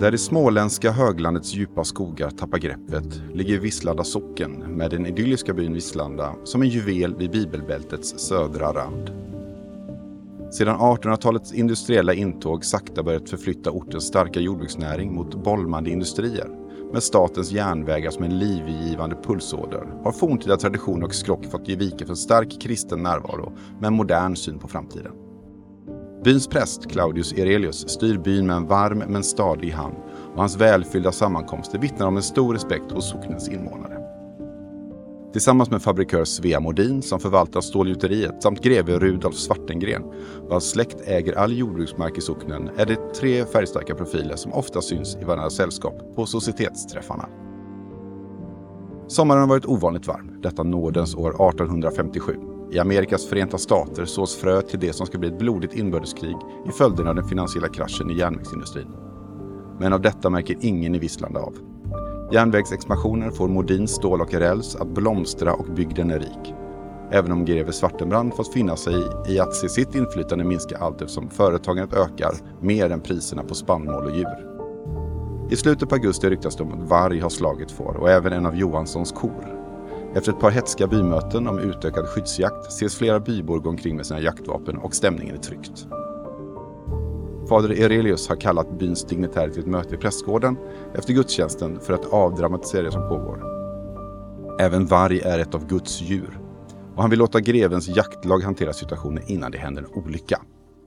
Där det småländska höglandets djupa skogar tappar greppet ligger Visslanda socken med den idylliska byn Visslanda som en juvel vid bibelbältets södra rand. Sedan 1800-talets industriella intåg sakta börjat förflytta ortens starka jordbruksnäring mot bolmande industrier med statens järnvägar som en livgivande pulsåder har forntida tradition och skrock fått ge vika för stark kristen närvaro med en modern syn på framtiden. Byns präst Claudius Aurelius styr byn med en varm men stadig hand och hans välfyllda sammankomster vittnar om en stor respekt hos socknens invånare. Tillsammans med fabrikör Svea Modin som förvaltar stålgjuteriet samt greve Rudolf Svartengren vars släkt äger all jordbruksmark i socknen är det 3 färgstarka profiler som ofta syns i varandras sällskap på societetsträffarna. Sommaren har varit ovanligt varm, detta nådens år 1857. I Amerikas förenta stater sås frö till det som ska bli ett blodigt inbördeskrig i följden av den finansiella kraschen i järnvägsindustrin. Men av detta märker ingen i Visslanda av. Järnvägsexpansionen får Modins stål och räls att blomstra och bygden är rik. Även om greve Svartenbrand fått finna sig i att se sitt inflytande minska allt eftersom företagandet ökar mer än priserna på spannmål och djur. I slutet på augusti ryktas det om att varg har slagit får och även en av Johanssons kor. Efter ett par hetska bymöten om utökad skyddsjakt ses flera bybor gå omkring med sina jaktvapen och stämningen är tryckt. Fader Aurelius har kallat byns dignitärer till ett möte i prästgården efter gudstjänsten för att avdramatisera det som pågår. Även varg är ett av Guds djur och han vill låta grevens jaktlag hantera situationen innan det händer en olycka.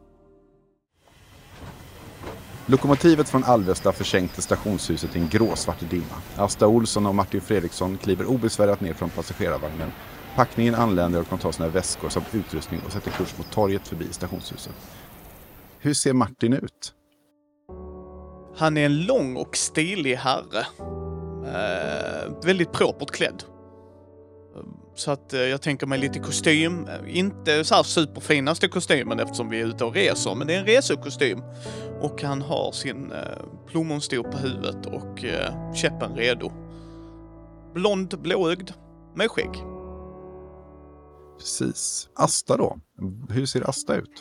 Lokomotivet från Alvesta försänkte stationshuset i en gråsvart dimma. Asta Olsson och Martin Fredriksson kliver obesvärat ner från passagerarvagnen. Packningen anländer och de tar sina väskor samt utrustning och sätter kurs mot torget förbi stationshuset. Hur ser Martin ut? Han är en lång och stilig herre. Väldigt propert klädd. Så att jag tänker mig lite kostym. Inte så här superfinaste kostymen eftersom vi är ute och reser. Men det är en resekostym. Och han har sin plommonstol på huvudet och käppen redo. Blond, blåögd, med skägg. Precis. Asta då? Hur ser Asta ut?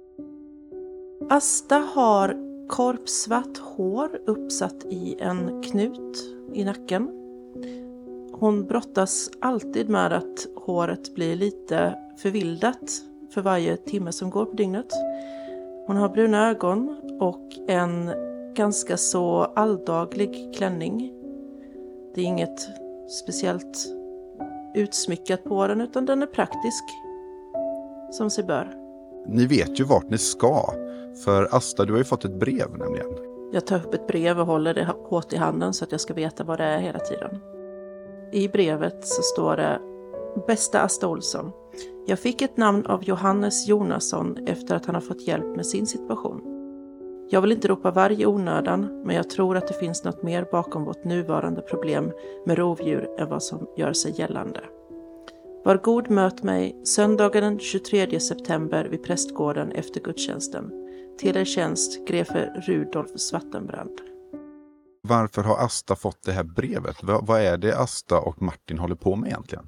Asta har korpsvart hår uppsatt i en knut i nacken. Hon brottas alltid med att håret blir lite förvildat för varje timme som går på dygnet. Hon har bruna ögon och en ganska så alldaglig klänning. Det är inget speciellt utsmyckat på den utan den är praktisk som sig bör. Ni vet ju vart ni ska. För Asta, du har ju fått ett brev nämligen. Jag tar upp ett brev och håller det hårt i handen så att jag ska veta vad det är hela tiden. I brevet så står det: Bästa Asta Olsson. Jag fick ett namn av Johannes Jonasson efter att han har fått hjälp med sin situation. Jag vill inte ropa varg i onödan, men jag tror att det finns något mer bakom vårt nuvarande problem med rovdjur än vad som gör sig gällande. Var god möt mig söndagen den 23 september vid prästgården efter gudstjänsten. Till er tjänst, greve Rudolf Svartenbrand. Varför har Asta fått det här brevet? Vad är det Asta och Martin håller på med egentligen?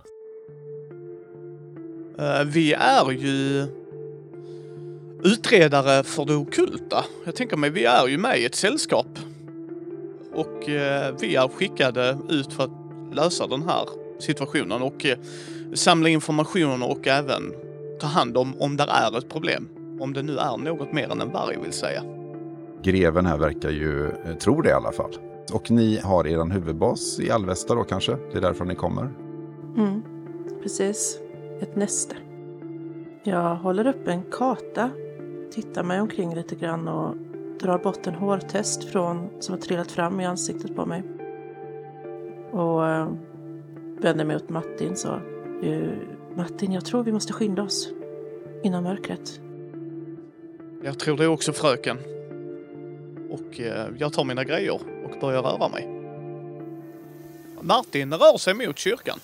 Vi är ju utredare för det ockulta. Jag tänker mig, vi är ju med i ett sällskap. Och vi är skickade ut för att lösa den här situationen och samla information och även ta hand om där är ett problem. Om det nu är något mer än en varg vill säga. Greven här verkar ju tro det i alla fall. Och ni har er huvudbas i Alvesta då kanske? Det är därför ni kommer? Precis. Ett näste. Jag håller upp en karta, tittar mig omkring lite grann och drar bort en hårtest som har trillat fram i ansiktet på mig. Och vänder mig åt Martin så: Martin, jag tror vi måste skynda oss innan mörkret. Jag tror det också, fröken. Och jag tar mina grejer och börjar röra mig. Martin rör sig mot kyrkan.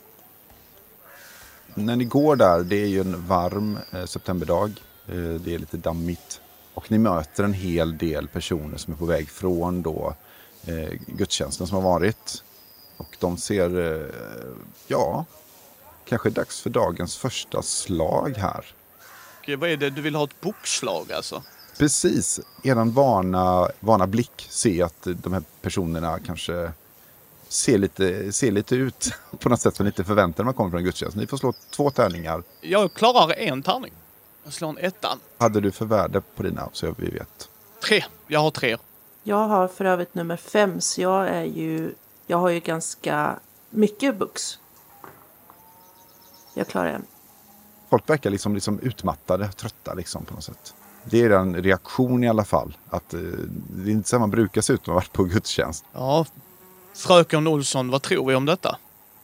När ni går där, det är ju en varm septemberdag. Det är lite dammigt. Och ni möter en hel del personer som är på väg från då gudstjänsten som har varit. Och de ser, kanske dags för dagens första slag här. Och vad är det? Du vill ha ett bokslag alltså? precis. Eran vana blick ser att de här personerna kanske ser lite ut på något sätt som lite förväntar när man kommer från gudstjänst. Ni får slå 2 tärningar. Jag klarar 1 tärning. Jag slår en 1. Hade du för värde på dina så vi vet? 3. Jag har 3. Jag har för övrigt nummer 5, så jag har ju ganska mycket bux. Jag klarar 1. Folk verkar liksom utmattade, trötta liksom på något sätt. Det är en reaktion i alla fall. Att det är inte så man brukar se ut när man varit på gudstjänst. Ja, fröken Olsson, vad tror vi om detta?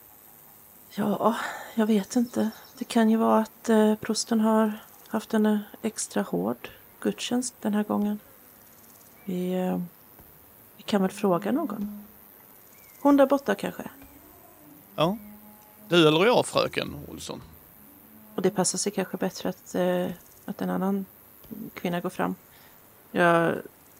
Ja, jag vet inte. Det kan ju vara att prosten har haft en extra hård gudstjänst den här gången. Vi kan väl fråga någon. Hon där borta kanske. Ja, du eller jag, fröken Olsson? Och det passar sig kanske bättre att en annan kvinna går fram. Jag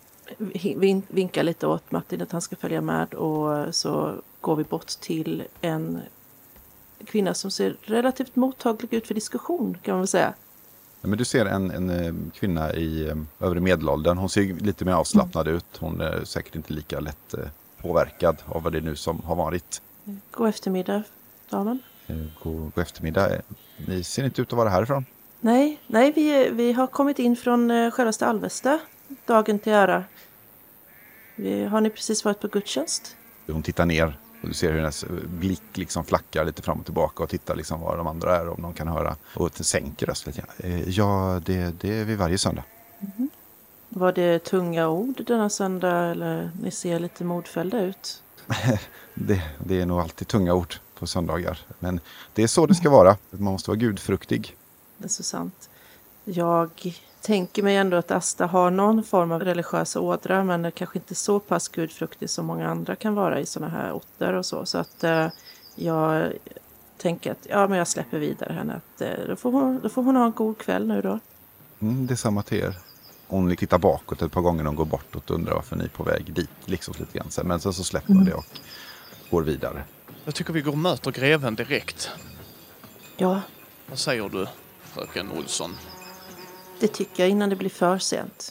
vinkar lite åt Martin att han ska följa med, och så går vi bort till en kvinna som ser relativt mottaglig ut för diskussion, kan man väl säga. Ja, men du ser en kvinna i övre medelåldern. Hon ser lite mer avslappnad ut. Hon är säkert inte lika lätt påverkad av vad det är nu som har varit. God eftermiddag, damen. God eftermiddag. Ni ser inte ut att vara härifrån. Nej, vi har kommit in från självaste Alvesta, dagen till ära. Har ni precis varit på gudstjänst? Hon tittar ner och du ser hur hennes blick liksom flackar lite fram och tillbaka och tittar liksom var de andra är, om de kan höra. Och sänker röst lite. Ja, det är vid varje söndag. Mm-hmm. Var det tunga ord denna söndag, eller ni ser lite modfällda ut? det är nog alltid tunga ord på söndagar. Men det är så det ska vara. Man måste vara gudfruktig. Det är så sant. Jag tänker mig ändå att Asta har någon form av religiös ådra, men kanske inte så pass gudfruktig som många andra kan vara i såna här orter och så. Så att jag tänker att men jag släpper vidare henne. Att, då får hon ha en god kväll nu då. Det är samma till er. Hon tittar bakåt ett par gånger när hon går bortåt och undrar varför ni är på väg dit. Liksom lite grann. Men sen så släpper hon det och går vidare. Jag tycker vi går och möter greven direkt. Ja. Vad säger du, fröken Olsson? Det tycker jag, innan det blir för sent.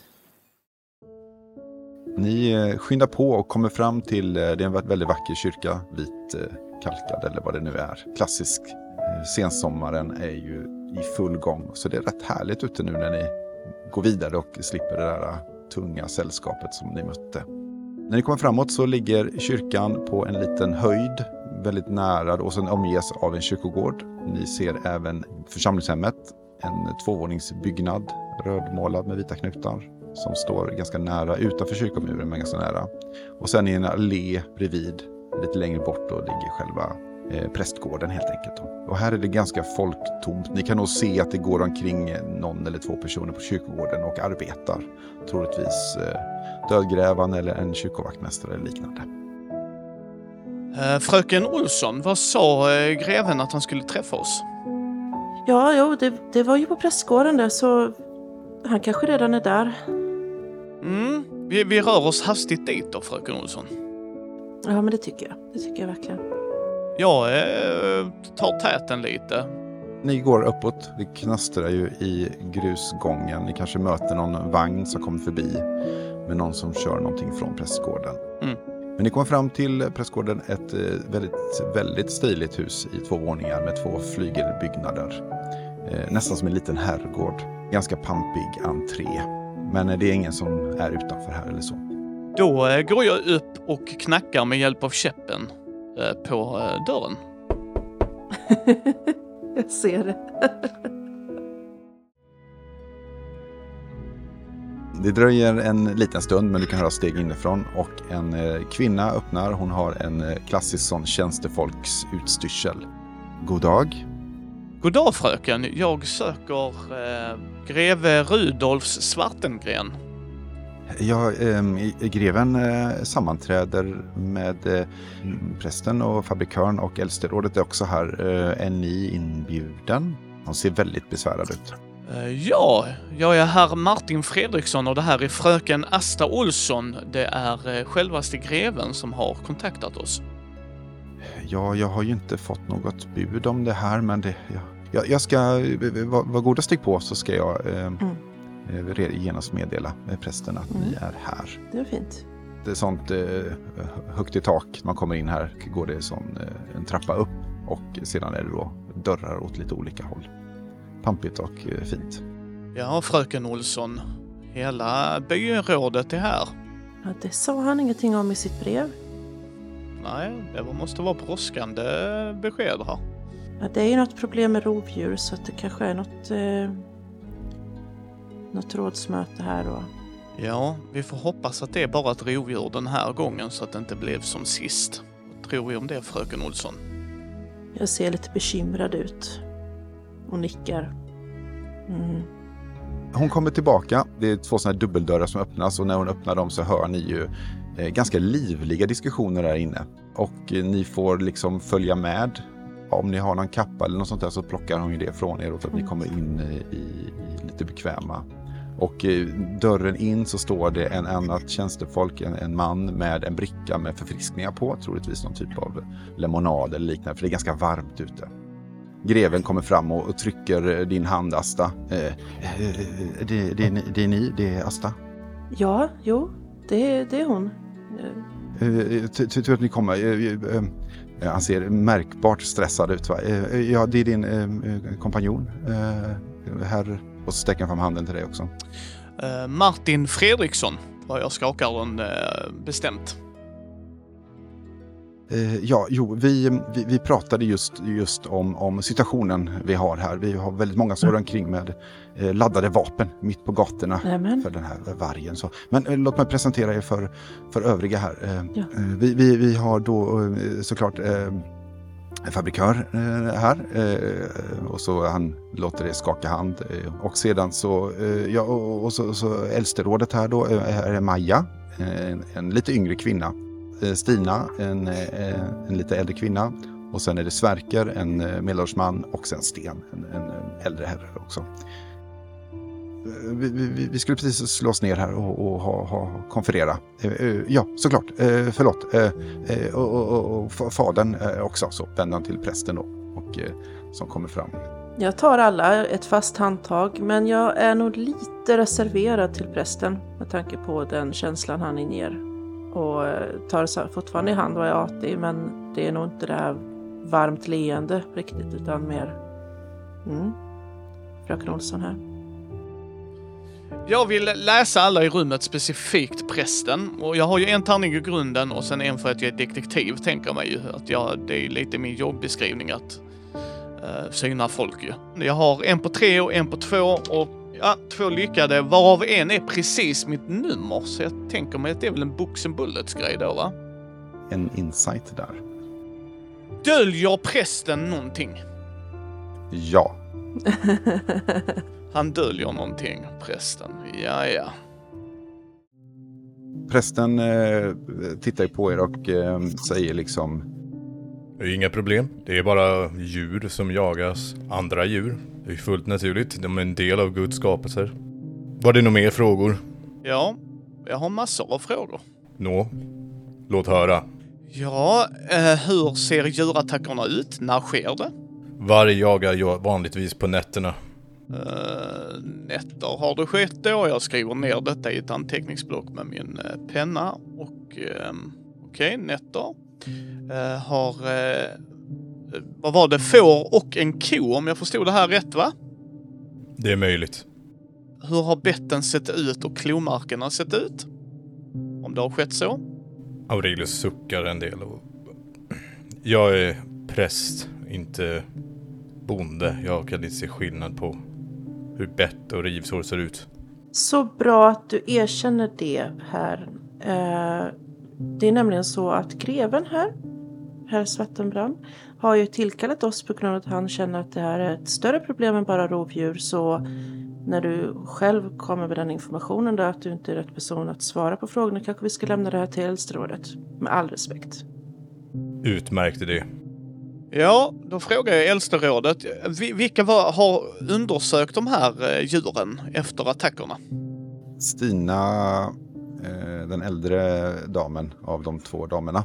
Ni skyndar på och kommer fram till, det är en väldigt vacker kyrka, vit kalkad eller vad det nu är. Klassisk. Sensommaren är ju i full gång, så det är rätt härligt ute nu när ni går vidare och slipper det där tunga sällskapet som ni mötte. När ni kommer framåt så ligger kyrkan på en liten höjd, väldigt nära, och sen omges av en kyrkogård. Ni ser även församlingshemmet, en 2-våningsbyggnad, rödmålad med vita knutar, som står ganska nära utanför kyrkomuren, men ganska nära. Och sen i en allé bredvid, lite längre bort, då ligger själva prästgården helt enkelt. Och här är det ganska folktomt. Ni kan nog se att det går omkring 1 eller 2 personer på kyrkogården och arbetar. Troligtvis dödgrävan eller en kyrkovaktmästare eller liknande. Fröken Olsson, vad sa greven att han skulle träffa oss? Ja, det var ju på prästgården där, så han kanske redan är där. Vi rör oss hastigt dit då, fröken Olsson. Ja, men det tycker jag. Det tycker jag verkligen. Jag tar täten lite. Ni går uppåt. Det knastrar ju i grusgången. Ni kanske möter någon vagn som kommer förbi med någon som kör någonting från prästgården. Men ni kommer fram till prästgården, ett väldigt, väldigt stiligt hus i 2 våningar med 2 flygelbyggnader. Nästan som en liten herrgård. Ganska pampig entré. Men det är ingen som är utanför här eller så. Då går jag upp och knackar med hjälp av käppen på dörren. Jag ser det. Det dröjer en liten stund, men du kan höra steg inifrån, och en kvinna öppnar. Hon har en klassisk sån tjänstefolks utstyrsel. God dag. God dag, fröken. Jag söker greve Rudolfs Svartengren. Ja, greven sammanträder med prästen och fabrikören, och äldsterådet är också här. Är ni inbjuden? Han ser väldigt besvärad ut. Ja, jag är herr Martin Fredriksson och det här är fröken Asta Olsson. Det är självaste greven som har kontaktat oss. Ja, jag har ju inte fått något bud om det här, men jag ska vara goda steg på, så ska jag genast meddela prästen att ni är här. Det är fint. Det är sånt högt i tak. Man kommer in här går det som en trappa upp och sedan är det då dörrar åt lite olika håll. Pampigt och fint. Ja, fröken Olsson. Hela byrådet är här. Ja, det sa han ingenting om i sitt brev. Nej, det måste vara brådskande besked här. Ja, det är ju något problem med rovdjur så att det kanske är något rådsmöte här då. Ja, vi får hoppas att det är bara ett rovdjur den här gången så att det inte blev som sist. Vad tror vi om det, fröken Olsson? Jag ser lite bekymrad ut och nickar. Hon kommer tillbaka. Det är 2 sådana här dubbeldörrar som öppnas och när hon öppnar dem så hör ni ju ganska livliga diskussioner där inne. Och ni får liksom följa med. Om ni har någon kappa eller något sånt där så plockar hon ju det från er så att ni kommer in i lite bekväma. Och dörren in så står det en annat tjänstefolk, en man med en bricka med förfriskningar på. Troligtvis någon typ av lemonad eller liknande för det är ganska varmt ute. Greven kommer fram och trycker din hand, Asta. Det är ni, det är Asta. Ja, jo, det är hon. Tur att ni kommer. Han ser märkbart stressad ut, va? Ja, det är din kompanjon. Här, och så sträcker han fram handen till dig också. Martin Fredriksson, vad jag skakar den bestämt. Vi pratade just om situationen vi har här. Vi har väldigt många som går omkring med laddade vapen mitt på gatorna för den här vargen. Så. Men låt mig presentera er för övriga här. Vi har då såklart fabrikör här och så han låter det skaka hand och sedan så så äldsterådet här då är Maja, en lite yngre kvinna. Stina, en lite äldre kvinna och sen är det Sverker, en medelålders och sen Sten, en äldre herre också. Vi skulle precis slå oss ner här och ha konferera. Ja, såklart. Förlåt. Och fadern också, så vänder han till prästen då och som kommer fram. Jag tar alla ett fast handtag, men jag är nog lite reserverad till prästen med tanke på den känslan han inger. Och tar fortfarande i hand vad jag artig, men det är nog inte det här varmt leende riktigt, utan mer fröken Olsson här. Jag vill läsa alla i rummet, specifikt prästen. Och jag har ju en tärning i grunden och sen en för att jag är detektiv, tänker mig ju. Att det är lite min jobbeskrivning att syna folk ju. Jag har en på 3 och en på 2 och 2 lyckade, varav en är precis mitt nummer. Så jag tänker mig att det är väl en Books and Bullets grej då, va? En insight där. Döljer prästen någonting? Ja. Han döljer någonting, prästen. Ja. Prästen tittar ju på er och säger liksom... Det är inga problem. Det är bara djur som jagas andra djur. Det är fullt naturligt. De är en del av Guds skapelser. Var det några mer frågor? Ja, jag har massor av frågor. Nå, låt höra. Ja, hur ser djurattackerna ut? När sker det? Varg jagar vanligtvis på nätterna. Nätter har det skett då. Jag skriver ner detta i ett anteckningsblock med min penna. Och okej, nätter. Vad var det? Får och en ko, om jag förstod det här rätt, va? Det är möjligt. Hur har betten sett ut och klomarkerna sett ut? Om det har skett så? Aurelius suckar en del. Jag är präst, inte bonde. Jag kan inte se skillnad på hur bett och rivsår ser ut. Så bra att du erkänner det här. Det är nämligen så att greven här, herr Svettenbrand, har ju tillkallat oss på grund av att han känner att det här är ett större problem än bara rovdjur. Så när du själv kommer med den informationen då, att du inte är rätt person att svara på frågorna, kanske vi ska lämna det här till äldsterådet. Med all respekt. Utmärkte det. Ja, då frågar jag äldsterådet. Vilka har undersökt de här djuren efter attackerna? Stina, den äldre damen av de 2 damerna,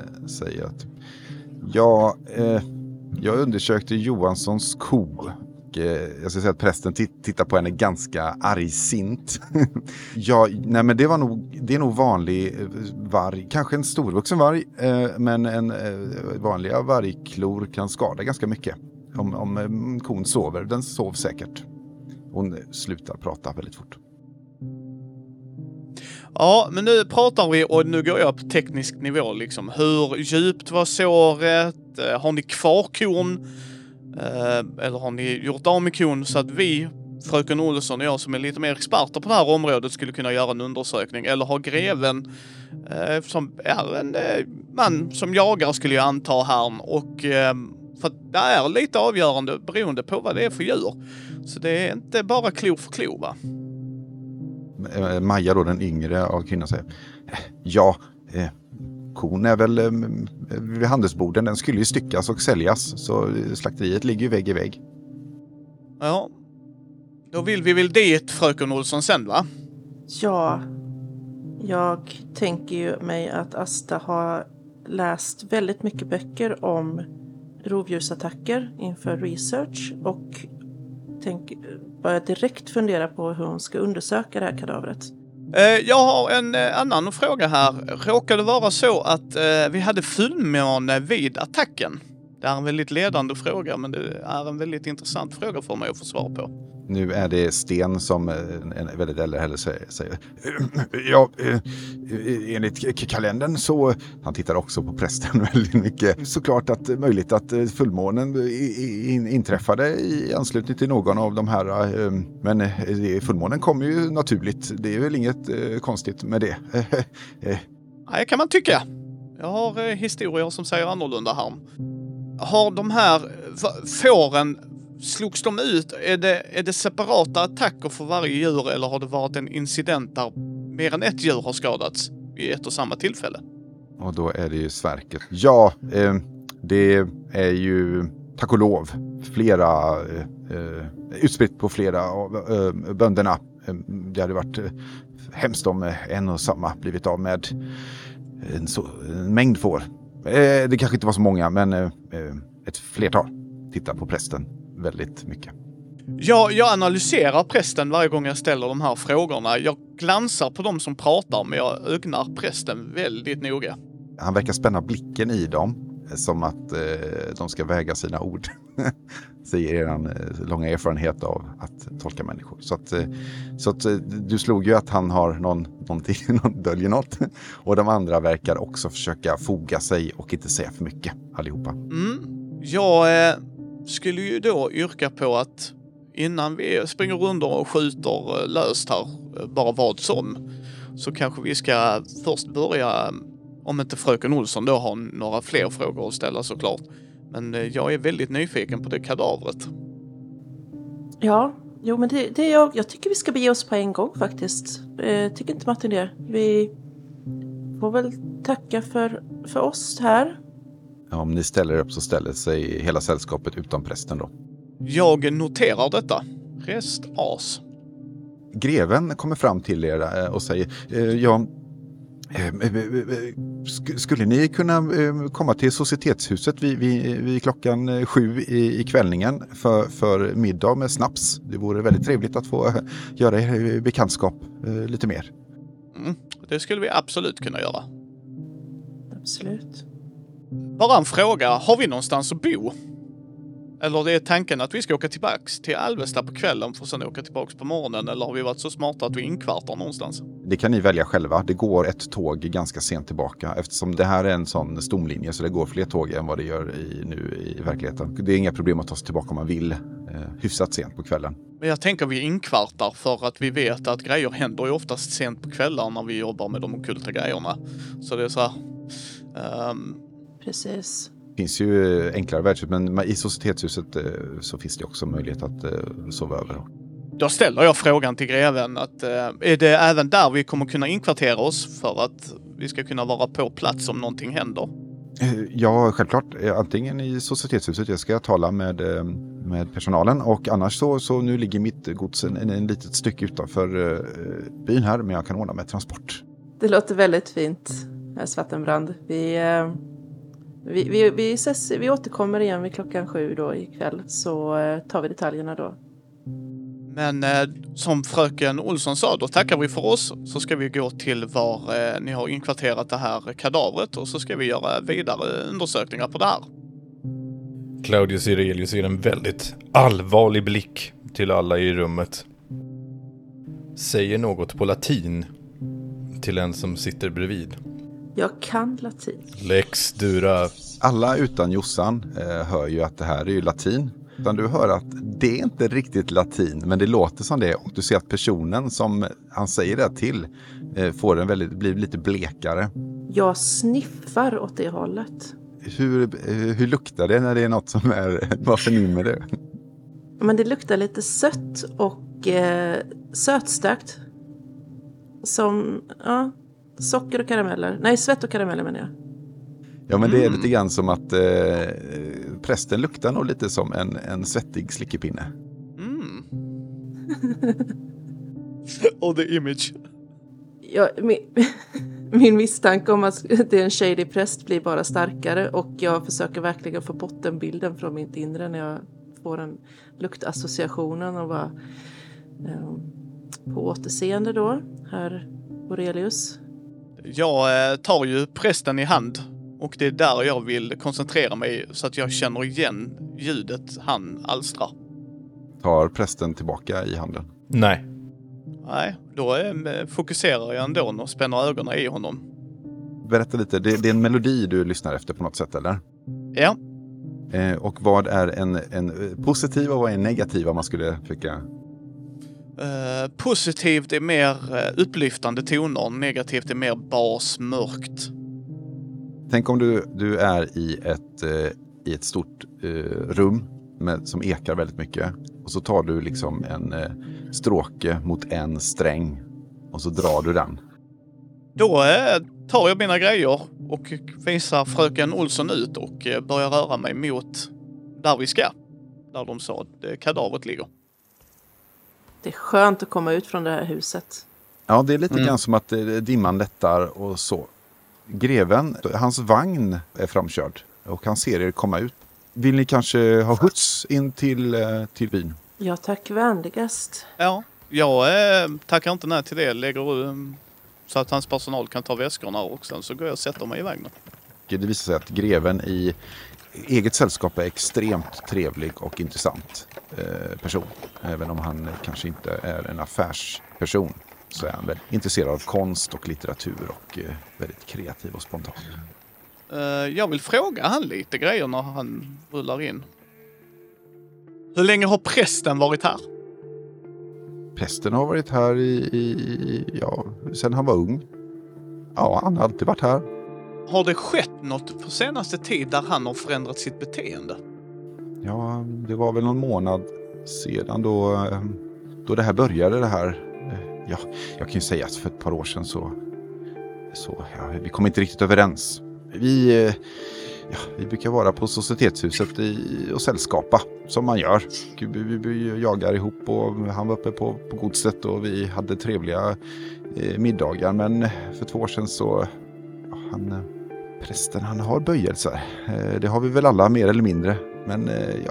säger att jag undersökte Johanssons ko. och jag ska säga att prästen tittar på henne ganska argsint. Ja, nej men det är nog vanlig varg, kanske en storvuxen varg, men vanliga vargklor kan skada ganska mycket. Om kon sover, den sov säkert. Hon slutar prata väldigt fort. Ja, men nu pratar vi och nu går jag på teknisk nivå liksom. Hur djupt var såret? Har ni kvar kon? Eller har ni gjort av med kon så att vi, fröken Olsson och jag som är lite mer experter på det här området skulle kunna göra en undersökning? Eller har greven, som är en man som jagar skulle jag anta här, och för att det är lite avgörande beroende på vad det är för djur. Så det är inte bara klo för klo, va? Maja då, den yngre av kvinnan, säger ja, kon är väl vid handelsborden, den skulle ju styckas och säljas, så slakteriet ligger ju vägg i vägg. Ja, då vill vi väl dit, fröken Olsson, sen, va? Ja, jag tänker ju mig att Asta har läst väldigt mycket böcker om rovdjursattacker inför research och börjar direkt fundera på hur hon ska undersöka det här kadavret. Jag har en annan fråga här. Råkar det vara så att vi hade fullmåne vid attacken? Det är en väldigt ledande fråga, men det är en väldigt intressant fråga för mig att få svar på. Nu är det Sten som en väldigt äldre herre säger. Ja, enligt kalendern så... Han tittar också på prästen väldigt mycket. Såklart att möjligt att fullmånen inträffade i anslutning till någon av de här. Men fullmånen kommer ju naturligt. Det är väl inget konstigt med det. Nej, kan man tycka. Jag har historier som säger annorlunda här. Har de här fåren... Slogs de ut? Är det separata attacker för varje djur, eller har det varit en incident där mer än ett djur har skadats vid ett och samma tillfälle? Och då är det ju Sverket. Ja, det är ju tack och lov flera utspritt på flera av bönderna. Det hade varit hemskt om en och samma blivit av med en mängd får. Det kanske inte var så många, men ett flertal. Titta på prästen väldigt mycket. Ja, jag analyserar prästen varje gång jag ställer de här frågorna. Jag glansar på dem som pratar, men jag ögnar prästen väldigt noga. Han verkar spänna blicken i dem, som att de ska väga sina ord. Säger eran långa erfarenhet av att tolka människor. Så att du slog ju att han har någonting, döljer något. Och de andra verkar också försöka foga sig och inte säga för mycket, allihopa. Jag skulle ju då yrka på att innan vi springer runt och skjuter löst här, bara vad som, så kanske vi ska först börja, om inte fröken Olsson då har några fler frågor att ställa såklart. Men jag är väldigt nyfiken på det kadavret. Ja, jo men det är jag tycker vi ska bege oss på en gång faktiskt. Tycker inte Martin det? Vi får väl tacka för oss här. Ja, om ni ställer upp så ställer sig hela sällskapet utan prästen då. Jag noterar detta. Rest as. Greven kommer fram till er och säger skulle ni kunna komma till societetshuset vid klockan 7 i kvällningen för middag med snaps? Det vore väldigt trevligt att få göra er bekantskap lite mer. Det skulle vi absolut kunna göra. Absolut. Bara en fråga, har vi någonstans att bo? Eller är tanken att vi ska åka tillbaks till Alvesta på kvällen för att sen åka tillbaks på morgonen? Eller har vi varit så smarta att vi inkvartar någonstans? Det kan ni välja själva. Det går ett tåg ganska sent tillbaka. Eftersom det här är en sån stomlinje så det går fler tåg än vad det gör nu i verkligheten. Det är inga problem att ta sig tillbaka om man vill. Hyfsat sent på kvällen. Men jag tänker vi inkvartar för att vi vet att grejer händer ju oftast sent på kvällen när vi jobbar med de ockulta grejerna. Så det är så här... Precis. Det finns ju enklare världshus, men i societetshuset så finns det också möjlighet att sova över. Då ställer jag frågan till greven att är det även där vi kommer kunna inkvartera oss för att vi ska kunna vara på plats om någonting händer? Ja, självklart. Antingen i societetshuset, jag ska tala med personalen, och annars så nu ligger mitt gods en litet stycke utanför byn här, men jag kan ordna med transport. Det låter väldigt fint, herr Svartenbrand. Vi återkommer igen vid 7:00 då ikväll, så tar vi detaljerna då. Men som fröken Olsson sa, då tackar vi för oss. Så ska vi gå till var ni har inkvarterat det här kadavret och så ska vi göra vidare undersökningar på det här. Claudius Aurelius ger en väldigt allvarlig blick till alla i rummet. Säger något på latin till en som sitter bredvid. Jag kan latin. Lex dura. Alla utan Jossan hör ju att det här är ju latin. Utan du hör att det är inte riktigt latin, men det låter som det. Och du ser att personen som han säger det till blir lite blekare. Jag sniffar åt det hållet. Hur luktar det när det är något som är... Vad förnimmer det? Men det luktar lite sött och sötstärkt. Som socker och karameller. Nej, svett och karameller menar jag. Ja, men det är lite grann som att prästen luktar nog lite som en svettig slickepinne. Och the image. Ja, min misstanke om att det är en shady präst blir bara starkare, och jag försöker verkligen få bort den bilden från mitt inre när jag får den luktassociationen och bara på återseende då, herr Aurelius. Jag tar ju prästen i hand och det är där jag vill koncentrera mig så att jag känner igen ljudet han alstrar. Tar prästen tillbaka i handen? Nej, då fokuserar jag ändå och spänner ögonen i honom. Berätta lite, det är en melodi du lyssnar efter på något sätt, eller? Ja. Och vad är en positiv och vad är en negativ om man skulle försöka... Positivt är mer upplyftande toner, negativt är mer bas, mörkt. Tänk om du är i ett stort rum som ekar väldigt mycket. Och så tar du liksom en stråke mot en sträng och så drar du den. Då tar jag mina grejer och visar fröken Olsson ut och börjar röra mig mot där vi ska. Där de sa att kadavret ligger. Det är skönt att komma ut från det här huset. Ja, det är lite grann som att dimman lättar och så. Greven, hans vagn är framkörd och han ser er komma ut. Vill ni kanske ha skjuts in till byn? Ja, tack vänligast. Ja, jag tackar inte nej till det. Lägger så att hans personal kan ta väskorna och sen så går jag och sätter mig i vagnen. Det visar sig att greven i eget sällskap är extremt trevlig och intressant person. Även om han kanske inte är en affärsperson så är han väldigt intresserad av konst och litteratur och väldigt kreativ och spontan. Jag vill fråga han lite grejer när han rullar in. Hur länge har prästen varit här? Prästen har varit här sen han var ung. Ja, han har alltid varit här. Har det skett något på senaste tid där han har förändrat sitt beteende? Ja, det var väl någon månad sedan då det här började det här. Ja, jag kan ju säga att för ett par år sedan så vi kom inte riktigt överens. Vi brukar vara på societetshuset och sällskapa som man gör. Vi jagar ihop och han var uppe på godset och vi hade trevliga middagar. Men för 2 år sedan så prästen han har böjelser. Det har vi väl alla mer eller mindre. Men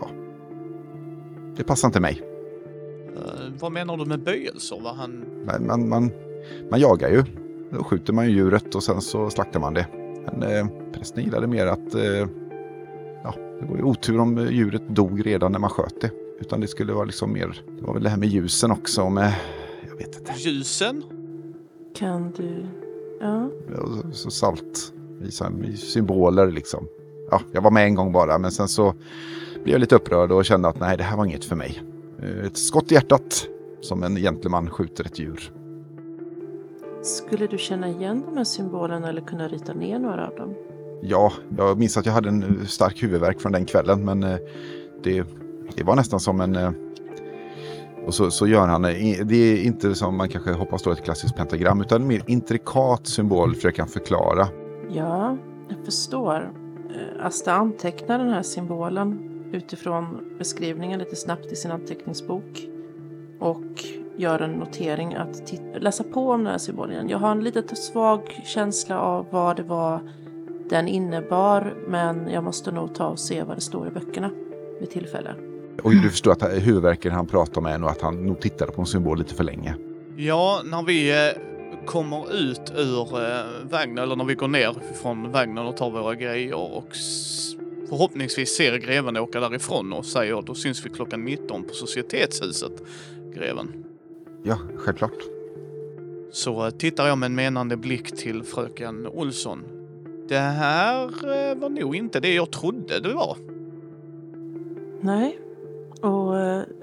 det passar inte mig. Vad menar du med böjelser? Man jagar ju. Då skjuter man ju djuret och sen så slaktar man det. Men prästen gillade mer att det var ju otur om djuret dog redan när man sköt det. Utan det skulle vara liksom mer, det var väl det här med ljusen också med, jag vet inte. Ljusen? Kan du, ja. Så salt, symboler liksom. Ja, jag var med en gång bara men sen så blev jag lite upprörd och kände att nej, det här var inget för mig. Ett skott i hjärtat som en gentleman skjuter ett djur. Skulle du känna igen de här symbolerna eller kunna rita ner några av dem? Ja, jag minns att jag hade en stark huvudvärk från den kvällen men det var nästan som en... Och så gör han det är inte som man kanske hoppas då ett klassiskt pentagram utan en mer intrikat symbol för att kan förklara. Ja, jag förstår. Asta antecknar den här symbolen utifrån beskrivningen lite snabbt i sin anteckningsbok och gör en notering att läsa på om den här symbolen. Jag har en lite svag känsla av vad det var den innebar, men jag måste nog ta och se vad det står i böckerna vid tillfälle. Och du förstår att huvudvärken han pratar om är nog att han nog tittade på en symbol lite för länge. Ja, när vi kommer ut ur vagnen, eller när vi går ner från vagnen och tar våra grejer och förhoppningsvis ser greven åka därifrån och säger då syns vi klockan 19 på Societetshuset, greven. Ja, självklart. Så tittar jag med en menande blick till fröken Olsson. Det här var nog inte det jag trodde det var. Nej, och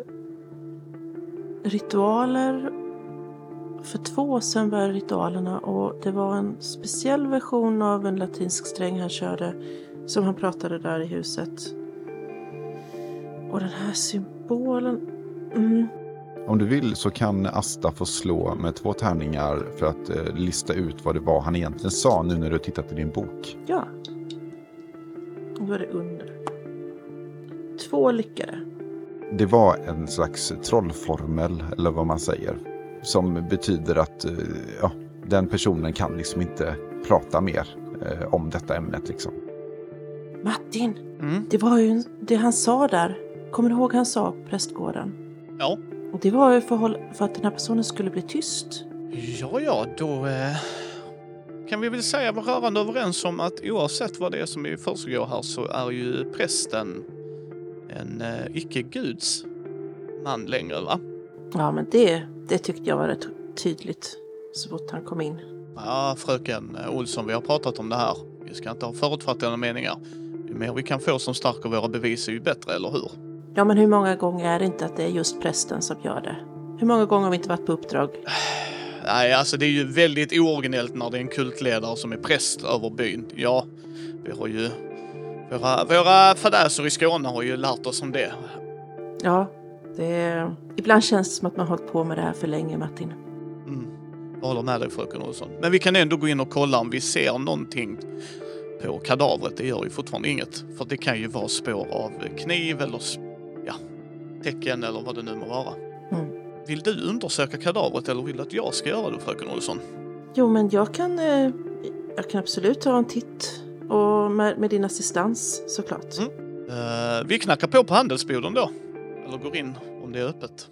ritualer. För 2 år sedan började ritualerna och det var en speciell version av en latinsk sträng han körde som han pratade där i huset. Och den här symbolen... Om du vill så kan Asta få slå med 2 tärningar för att lista ut vad det var han egentligen sa nu när du tittat i din bok. Ja. Då är det under. 2 lyckade. Det var en slags trollformel, eller vad man säger, som betyder att den personen kan liksom inte prata mer om detta ämnet liksom. Martin, det var ju det han sa där. Kommer du ihåg han sa på prästgården? Ja. Och det var ju för att den här personen skulle bli tyst. Ja, då kan vi väl säga vara rörande överens om att oavsett vad det är som är försiggår här så är ju prästen en icke-guds man längre, va? Ja, men det tyckte jag var rätt tydligt så fort han kom in. Ja, fröken Olsson, vi har pratat om det här. Vi ska inte ha förutfattade meningar. Ju mer vi kan få som stärker våra bevis är ju bättre, eller hur? Ja, men hur många gånger är det inte att det är just prästen som gör det? Hur många gånger har vi inte varit på uppdrag? Nej, alltså det är ju väldigt ooriginellt när det är en kultledare som är präst över byn. Ja, vi har ju... Våra fadäser i Skåne har ju lärt oss om det. Ja, ibland känns det som att man har hållit på med det här för länge, Martin. Jag håller med dig, fröken Olsson. Men vi kan ändå gå in och kolla om vi ser någonting på kadavret. Det gör ju fortfarande inget. För det kan ju vara spår av kniv eller tecken eller vad det nu må vara. Vill du undersöka kadavret eller vill du att jag ska göra det, fröken Olsson? Jo, men jag kan absolut ta en titt. Och med din assistans, såklart. Vi knackar på handelsboden då. Eller går in om det är öppet.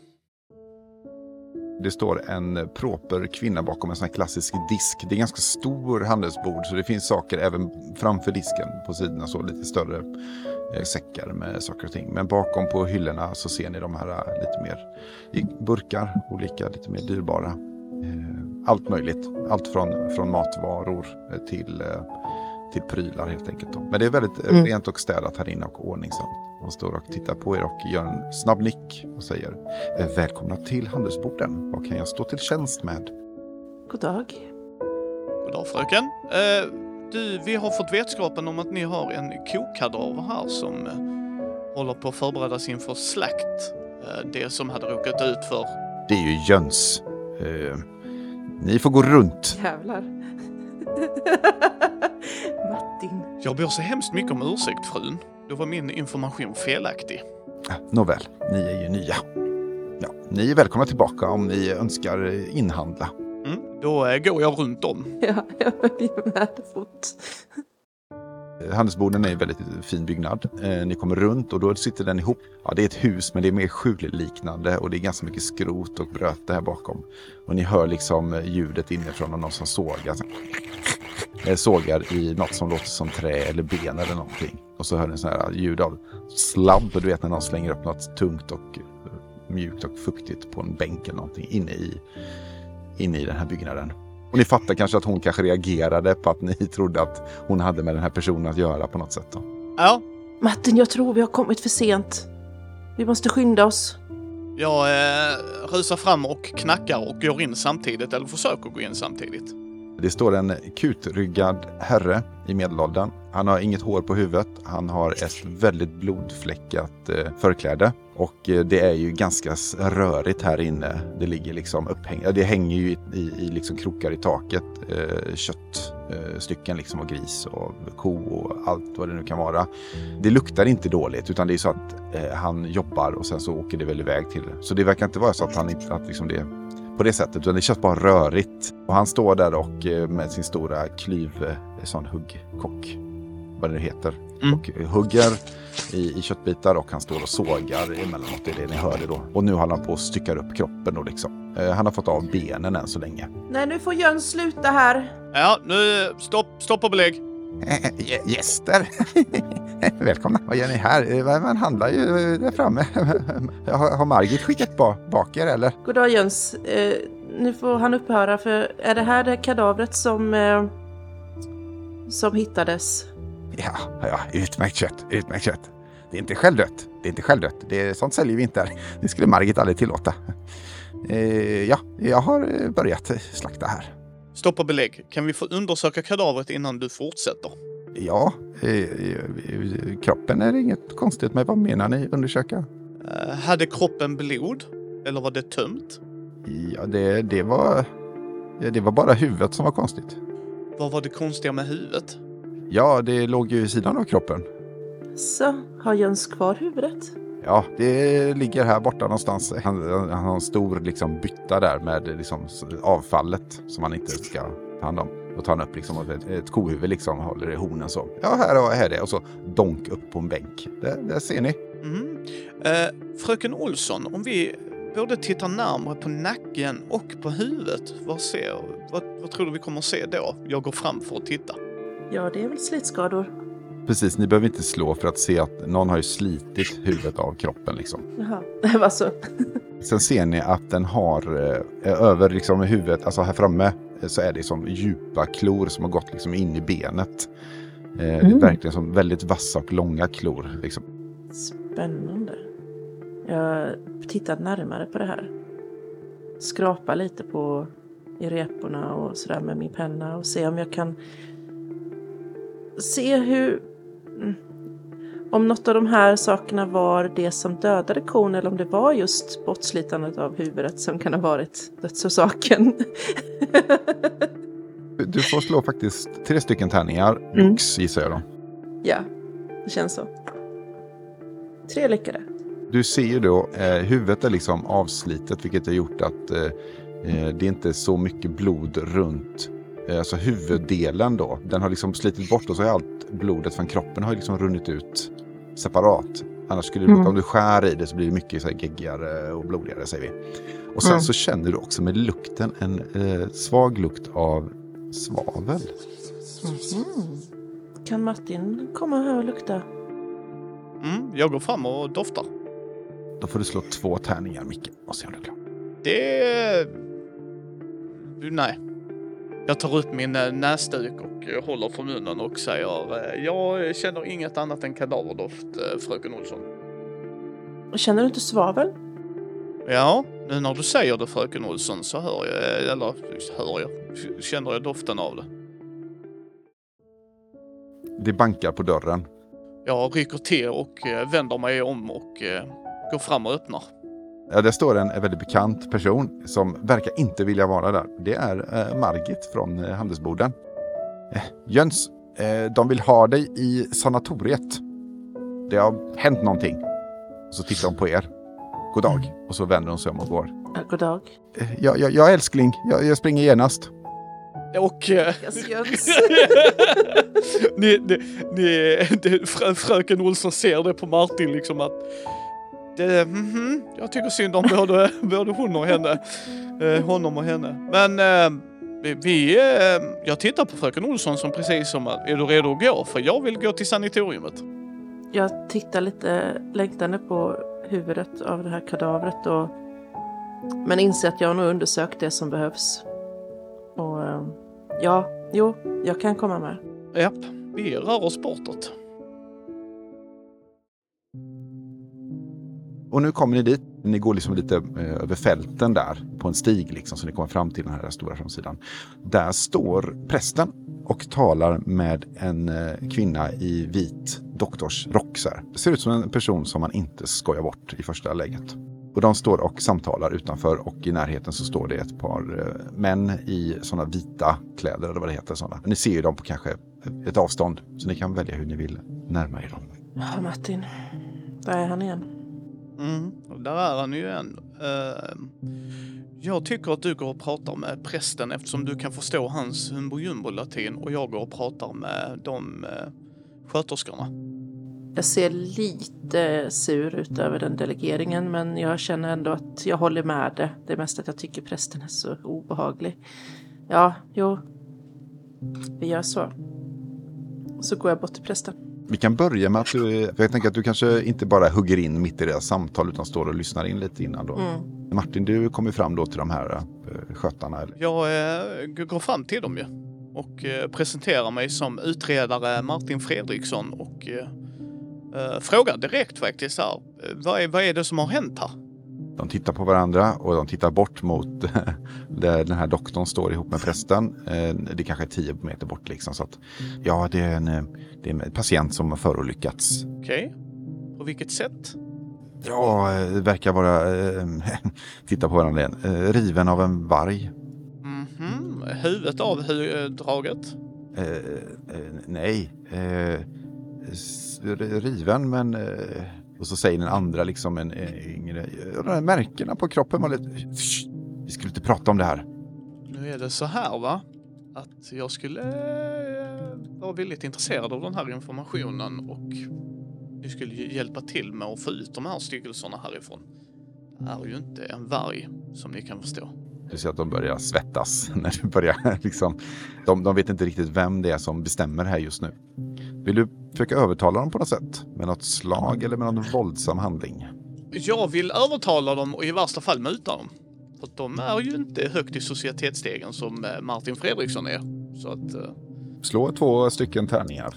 Det står en proper kvinna bakom en sån här klassisk disk. Det är en ganska stor handelsbord så det finns saker även framför disken på sidorna. Så lite större säckar med saker och ting. Men bakom på hyllorna så ser ni de här lite mer i burkar. Olika, lite mer dyrbara. Allt möjligt. Allt från matvaror till prylar helt enkelt. Då. Men det är väldigt rent och städat här inne och ordningsamt. De står och tittar på er och gör en snabb nick och säger välkomna till handelsborden. Vad kan jag stå till tjänst med? God dag. God dag, fröken. Vi har fått vetskapen om att ni har en kokadaver här som håller på att förberedas inför slakt. Det som hade råkat ut för... Det är ju jöns. Ni får gå runt. Jävlar. Martin. Jag ber så hemskt mycket om ursäkt, frun. Då var min information felaktig. Nåväl, ni är ju nya. Ja, ni är välkomna tillbaka om ni önskar inhandla. Då går jag runt om. Ja, jag blir med fort. Handelsborden är en väldigt fin byggnad. Ni kommer runt och då sitter den ihop. Ja, det är ett hus men det är mer skjulliknande och det är ganska mycket skrot och bröte här bakom. Och ni hör liksom ljudet inifrån av någon som sågar i något som låter som trä eller ben eller någonting. Och så hör ni en sån här ljud av sladd och du vet när någon slänger upp något tungt och mjukt och fuktigt på en bänk eller någonting inne i den här byggnaden. Och ni fattar kanske att hon kanske reagerade på att ni trodde att hon hade med den här personen att göra på något sätt då. Ja. Martin, jag tror vi har kommit för sent. Vi måste skynda oss. Jag rusar fram och knackar och går in samtidigt, eller försöker gå in samtidigt. Det står en kutryggad herre i medelåldern. Han har inget hår på huvudet. Han har ett väldigt blodfläckat förkläde. Och det är ju ganska rörigt här inne. Det ligger liksom upphängt. Det hänger ju i liksom krokar i taket. Köttstycken liksom och gris och ko och allt vad det nu kan vara. Det luktar inte dåligt utan det är så att han jobbar och sen så åker det väl iväg till. Så det verkar inte vara så att han inte att liksom det på det sättet utan det känns bara rörigt. Och han står där och med sin stora sån huggkock vad det heter. Och hugger i köttbitar och han står och sågar emellanåt, det är det ni hörde då. Och nu håller han på att stycka upp kroppen då liksom. Han har fått av benen än så länge. Nej, nu får Jöns sluta här. Ja, nu stopp och belägg. Gäster. Välkomna. Vad gör ni här? Man handlar ju där framme. Har Margit skickat bak er eller? Goddag Jöns. Nu får han upphöra, för är det här det kadavret som hittades? Ja, utmärkt kött. Det är inte självdött. Sånt säljer vi inte här. Det skulle Margit aldrig tillåta. Jag har börjat slakta här. Stopp och belägg. Kan vi få undersöka kadavret innan du fortsätter? Ja, kroppen är inget konstigt med. Vad menar ni undersöka? Hade kroppen blod? Eller var det tömt? Ja, det var bara huvudet som var konstigt. Vad var det konstiga med huvudet? Ja, det låg ju i sidan av kroppen. Så, har Jöns kvar huvudet? Ja, det ligger här borta någonstans. Han har en stor liksom bytta där med liksom avfallet som han inte ska ta hand om. Då tar han upp liksom ett kohuvud liksom, håller i hornen så. Ja, här är det. Och så donk upp på en bänk. Där ser ni. Fröken Olsson, om vi både tittar närmare på nacken och på huvudet, vad tror du vi kommer att se då? Jag går fram för att titta. Ja, det är väl slitskador. Precis, ni behöver inte slå för att se att någon har ju slitit huvudet av kroppen liksom. Jaha, det var så. Sen ser ni att den har över liksom huvudet, alltså här framme så är det som djupa klor som har gått liksom in i benet. Det är verkligen som väldigt vassa och långa klor liksom. Spännande. Jag tittar närmare på det här. Skrapa lite i reporna och sådär med min penna och se om jag kan se om något av de här sakerna var det som dödade kon eller om det var just bortslitandet av huvudet som kan ha varit dödsorsaken. Du får slå faktiskt 3 stycken tärningar. Lyx gissar jag då. Ja, det känns så. 3 lyckade. Du ser ju då, huvudet är liksom avslitet vilket har gjort att det inte är så mycket blod runt. Alltså huvuddelen då, den har liksom slitit bort och så har allt blodet från kroppen har liksom runnit ut separat. Annars skulle det, om du skär i det så blir det mycket så här geggigare och blodigare säger vi. Och sen så känner du också med lukten en svag lukt av svavel. Kan Martin komma här och lukta? Jag går fram och doftar. Då får du slå 2 tärningar, Micke. Och se om du är klar. Nej. Jag tar upp min näsduk och håller för munnen och säger jag känner inget annat än kadaverdoft, fröken Olsson. Känner du inte svavel? Ja, nu när du säger det, fröken Olsson, så känner jag doften av det. Det bankar på dörren. Jag rycker till och vänder mig om och går fram och öppnar. Ja, det står en väldigt bekant person som verkar inte vilja vara där. Det är Margit från handelsboden. Jöns, de vill ha dig i sanatoriet. Det har hänt någonting. Och så tittar hon på er. God dag. Och så vänder hon sig om och går. God dag. Jag älskling. Jag springer genast. Och fröken Olsson ser det på Martin liksom att jag tycker synd om både hon och henne. Honom och henne. Men jag tittar på fröken Olsson som precis som att, är du redo att gå? För jag vill gå till sanatoriumet. Jag tittar lite längtande på huvudet av det här kadavret men inser att jag nog undersökt det som behövs. Och jag kan komma med. Japp, vi rör oss bortåt. Och nu kommer ni dit. Ni går liksom lite över fälten där på en stig liksom, så ni kommer fram till den här stora framsidan. Där står prästen och talar med en kvinna i vit doktorsrock. Det ser ut som en person som man inte skojar bort i första läget. Och de står och samtalar utanför och i närheten så står det ett par män i sådana vita kläder eller vad det heter. Sådana. Ni ser ju dem på kanske ett avstånd så ni kan välja hur ni vill närma er dem. Ja, Martin. Där är han igen. Där är han ju igen. Jag tycker att du går och pratar med prästen eftersom du kan förstå hans humbo-jumbo-latin och jag går och pratar med de sköterskorna. Jag ser lite sur ut över den delegeringen, men jag känner ändå att jag håller med det. Det är mest att jag tycker prästen är så obehaglig. Ja, jo. Vi gör så. Så går jag bort till prästen. Vi kan börja med att jag tänker att du kanske inte bara hugger in mitt i deras samtal utan står och lyssnar in lite innan då. Martin, du kommer fram då till de här skötarna. Eller? Jag går fram till dem ju och presenterar mig som utredare Martin Fredriksson och frågar direkt faktiskt här, vad är det som har hänt här? De tittar på varandra och de tittar bort mot där den här doktorn står ihop med prästen. Det är kanske 10 meter bort liksom. Så att, ja, det är en patient som har förolyckats. Okej. På vilket sätt? Ja, det verkar vara... titta på varandra igen. Riven av en varg. Huvudet avdraget? Nej. Riven, men... Och så säger den andra liksom en yngre... De här märkena på kroppen var lite... Vi skulle inte prata om det här. Nu är det så här, va? Att jag skulle vara väldigt intresserad av den här informationen och ni skulle hjälpa till med att få ut de här styggelserna härifrån. Det är ju inte en varg, som ni kan förstå. Du ser att de börjar svettas när du börjar liksom... De vet inte riktigt vem det är som bestämmer här just nu. Vill du försöka övertala dem på något sätt? Med något slag eller med någon våldsam handling? Jag vill övertala dem och i värsta fall muta dem. För de är ju inte högt i societetsstegen som Martin Fredriksson är. Så att... Slå 2 stycken tärningar.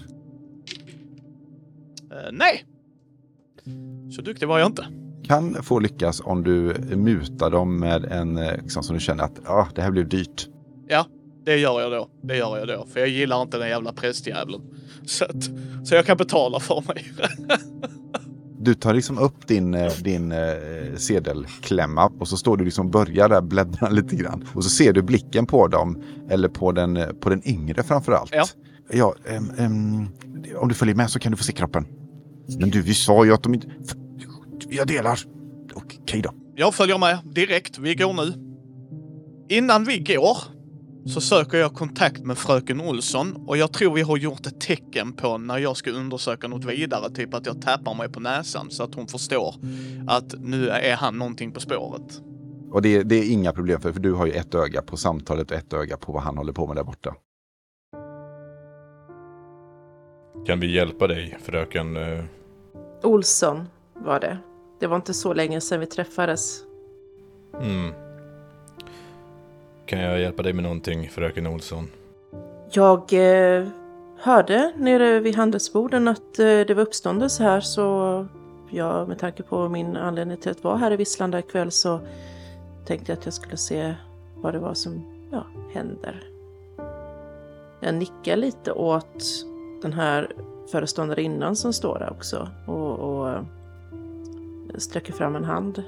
Nej! Så duktig var jag inte. Kan få lyckas om du mutar dem med en liksom, som du känner att det här blir dyrt. Ja, det gör jag då. För jag gillar inte den jävla prästjävlen. Så jag kan betala för mig. Du tar liksom upp din sedelklämma och så står du liksom börjar där bläddra lite grann. Och så ser du blicken på dem, eller på den yngre framförallt. Ja, om du följer med så kan du få se kroppen. Men du, vi sa ju att de inte... Jag delar. Okej då. Jag följer med direkt. Vi går nu. Innan vi går så söker jag kontakt med fröken Olsson och jag tror vi har gjort ett tecken på när jag ska undersöka något vidare, typ att jag tappar mig på näsan så att hon förstår att nu är han någonting på spåret. Och det är inga problem för du har ju ett öga på samtalet och ett öga på vad han håller på med där borta. Kan vi hjälpa dig, fröken? Olsson var det. Det var inte så länge sedan vi träffades. Kan jag hjälpa dig med någonting, fröken Olsson? Jag hörde nere vid handelsborden att det var uppståndelse här, så jag, med tanke på min anledning till att vara här i Visslanda ikväll, så tänkte jag att jag skulle se vad det var som händer. Jag nickar lite åt den här föreståndarinnan som står där också och sträcker fram en hand.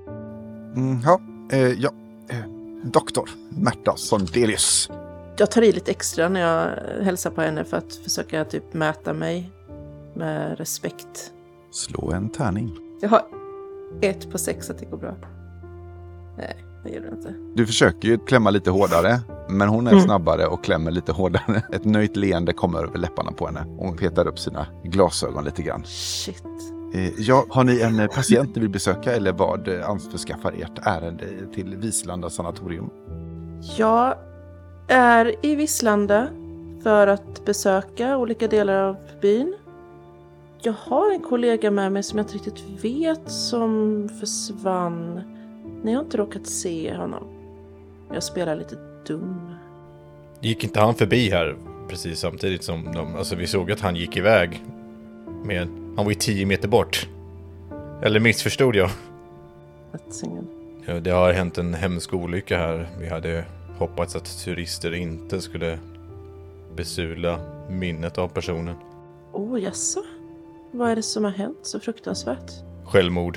Doktor Märta Sondelius. Jag tar i lite extra när jag hälsar på henne för att försöka typ mäta mig med respekt. Slå en tärning. Jag har 1 på 6 att det går bra. Nej, det gör det inte. Du försöker ju klämma lite hårdare, men hon är snabbare och klämmer lite hårdare. Ett nöjt leende kommer över läpparna på henne. Hon petar upp sina glasögon lite grann. Shit. Har ni en patient ni vill besöka eller vad anförskaffar ert ärende till Visslanda sanatorium? Jag är i Visslanda för att besöka olika delar av byn. Jag har en kollega med mig som jag inte riktigt vet som försvann. När jag inte råkat se honom. Jag spelar lite dum. Gick inte han förbi här precis samtidigt som vi såg att han gick iväg med... Han var ju 10 meter bort. Eller missförstod jag? Ja, det har hänt en hemsk olycka här. Vi hade hoppats att turister inte skulle besudla minnet av personen. Jaså? Vad är det som har hänt så fruktansvärt? Självmord.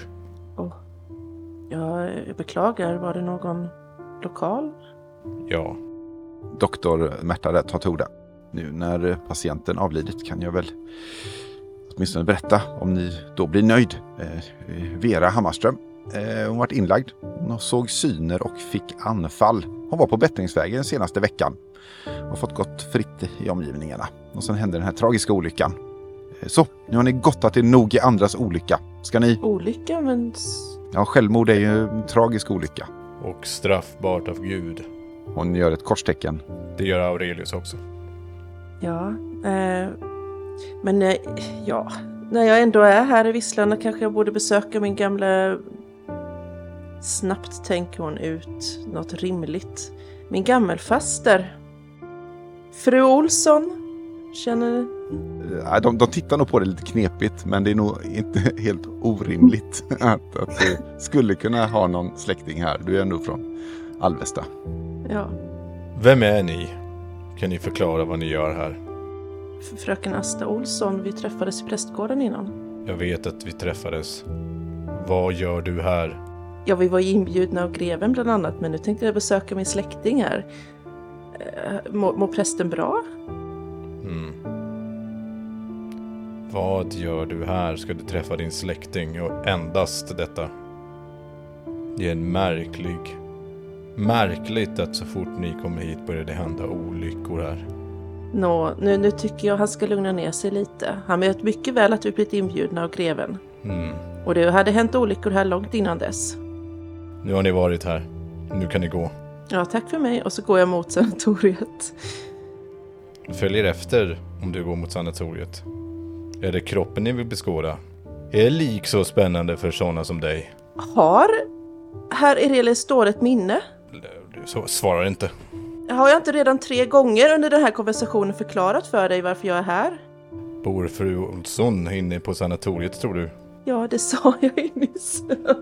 Jag beklagar. Var det någon lokal? Ja. Doktor Märta tar till orda. Nu när patienten avlidit kan jag väl åtminstone berätta om ni då blir nöjd. Vera Hammarström. Hon var inlagd. Hon såg syner och fick anfall. Hon var på bättringsvägen senaste veckan. Har fått gått fritt i omgivningarna. Och sen hände den här tragiska olyckan. Så, nu har ni gottat er nog i andras olycka. Ska ni... Olycka, men... Ja, självmord är ju en tragisk olycka. Och straffbart av Gud. Hon gör ett korstecken. Det gör Aurelius också. Ja, men ja, när jag ändå är här i Visslanda kanske jag borde besöka min gamla... Snabbt tänker hon ut något rimligt. Min gammelfaster. Fru Olsson. Känner... De tittar nog på det lite knepigt, men det är nog inte helt orimligt att du skulle kunna ha någon släkting här. Du är ändå från Alvesta. Ja. Vem är ni? Kan ni förklara vad ni gör här? Fröken Asta Olsson, vi träffades i prästgården innan. Jag vet att vi träffades. Vad gör du här? Ja, vi var inbjudna av greven bland annat, men nu tänkte jag besöka min släkting här. Mår prästen bra? Vad gör du här? Ska du träffa din släkting och endast detta? Det är märkligt att så fort ni kommer hit börjar det hända olyckor här. Nu tycker jag han ska lugna ner sig lite. Han vet mycket väl att vi blivit inbjudna av greven. Och det hade hänt olyckor här långt innan dess. Nu har ni varit här. Nu kan ni gå. Ja, tack för mig. Och så går jag mot sanatoriet. Följer efter om du går mot sanatoriet. Är det kroppen ni vill beskåda? Är lik så spännande för sådana som dig? Har herr Aurelius dåligt minne? Så svarar inte. Har jag inte redan 3 gånger under den här konversationen förklarat för dig varför jag är här? Bor fru Olsson inne på sanatoriet, tror du? Ja, det sa jag ju nyss.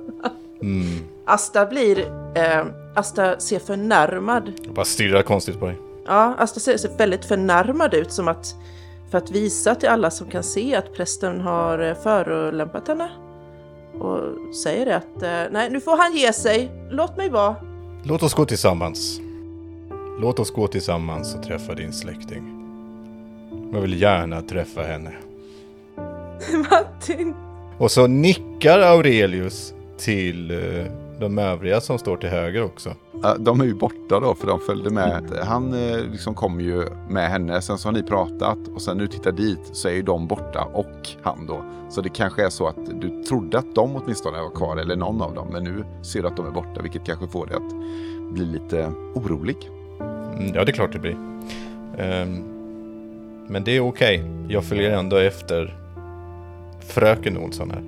Asta ser förnärmad. Jag bara stirrar konstigt på dig. Ja, Asta ser väldigt förnärmad ut, som att för att visa till alla som kan se att prästen har förolämpat henne. Och säger det att nej, nu får han ge sig. Låt mig vara. Låt oss gå tillsammans. Låt oss gå tillsammans och träffa din släkting. Jag vill gärna träffa henne. Martin. Och så nickar Aurelius till de övriga som står till höger också. De är ju borta då, för de följde med. Han liksom kom ju med henne, sen så har ni pratat och sen nu tittar dit så är ju de borta och han då. Så det kanske är så att du trodde att de åtminstone var kvar, eller någon av dem, men nu ser du att de är borta, vilket kanske får dig att bli lite orolig. Ja, det är klart det blir. Men det är okej. Jag följer ändå efter fröken Olsson här.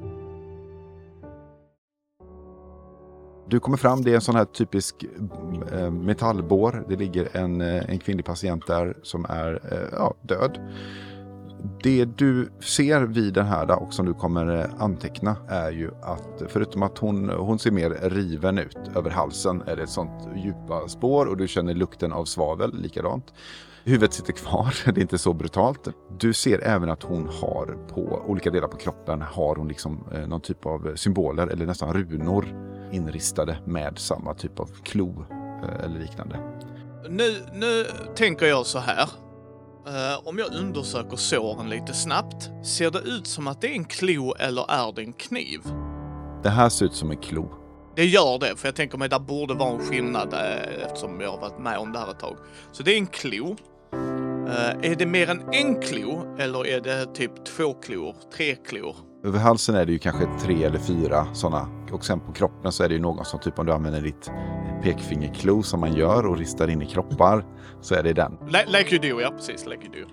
Du kommer fram, det är en sån här typisk metallbår. Det ligger en kvinnlig patient där som är död. Det du ser vid den här och som du kommer anteckna är ju att förutom att hon ser mer riven ut över halsen är det ett sånt djupa spår och du känner lukten av svavel likadant. Huvudet sitter kvar, det är inte så brutalt. Du ser även att hon har på olika delar på kroppen har hon liksom någon typ av symboler eller nästan runor inristade med samma typ av klo eller liknande. Nu tänker jag så här. Om jag undersöker såren lite snabbt, ser det ut som att det är en klo eller är det en kniv? Det här ser ut som en klo. Det gör det, för jag tänker mig att det borde vara en skillnad eftersom jag har varit med om det här ett tag. Så det är en klo. Är det mer än en klo eller är det typ 2 klor, 3 klor? Över halsen är det ju kanske 3 eller 4 sådana. Och sen på kroppen så är det ju någon som typ om du använder ditt pekfingerklo som man gör och ristar in i kroppar så är det den. Like you do, ja precis, like you do.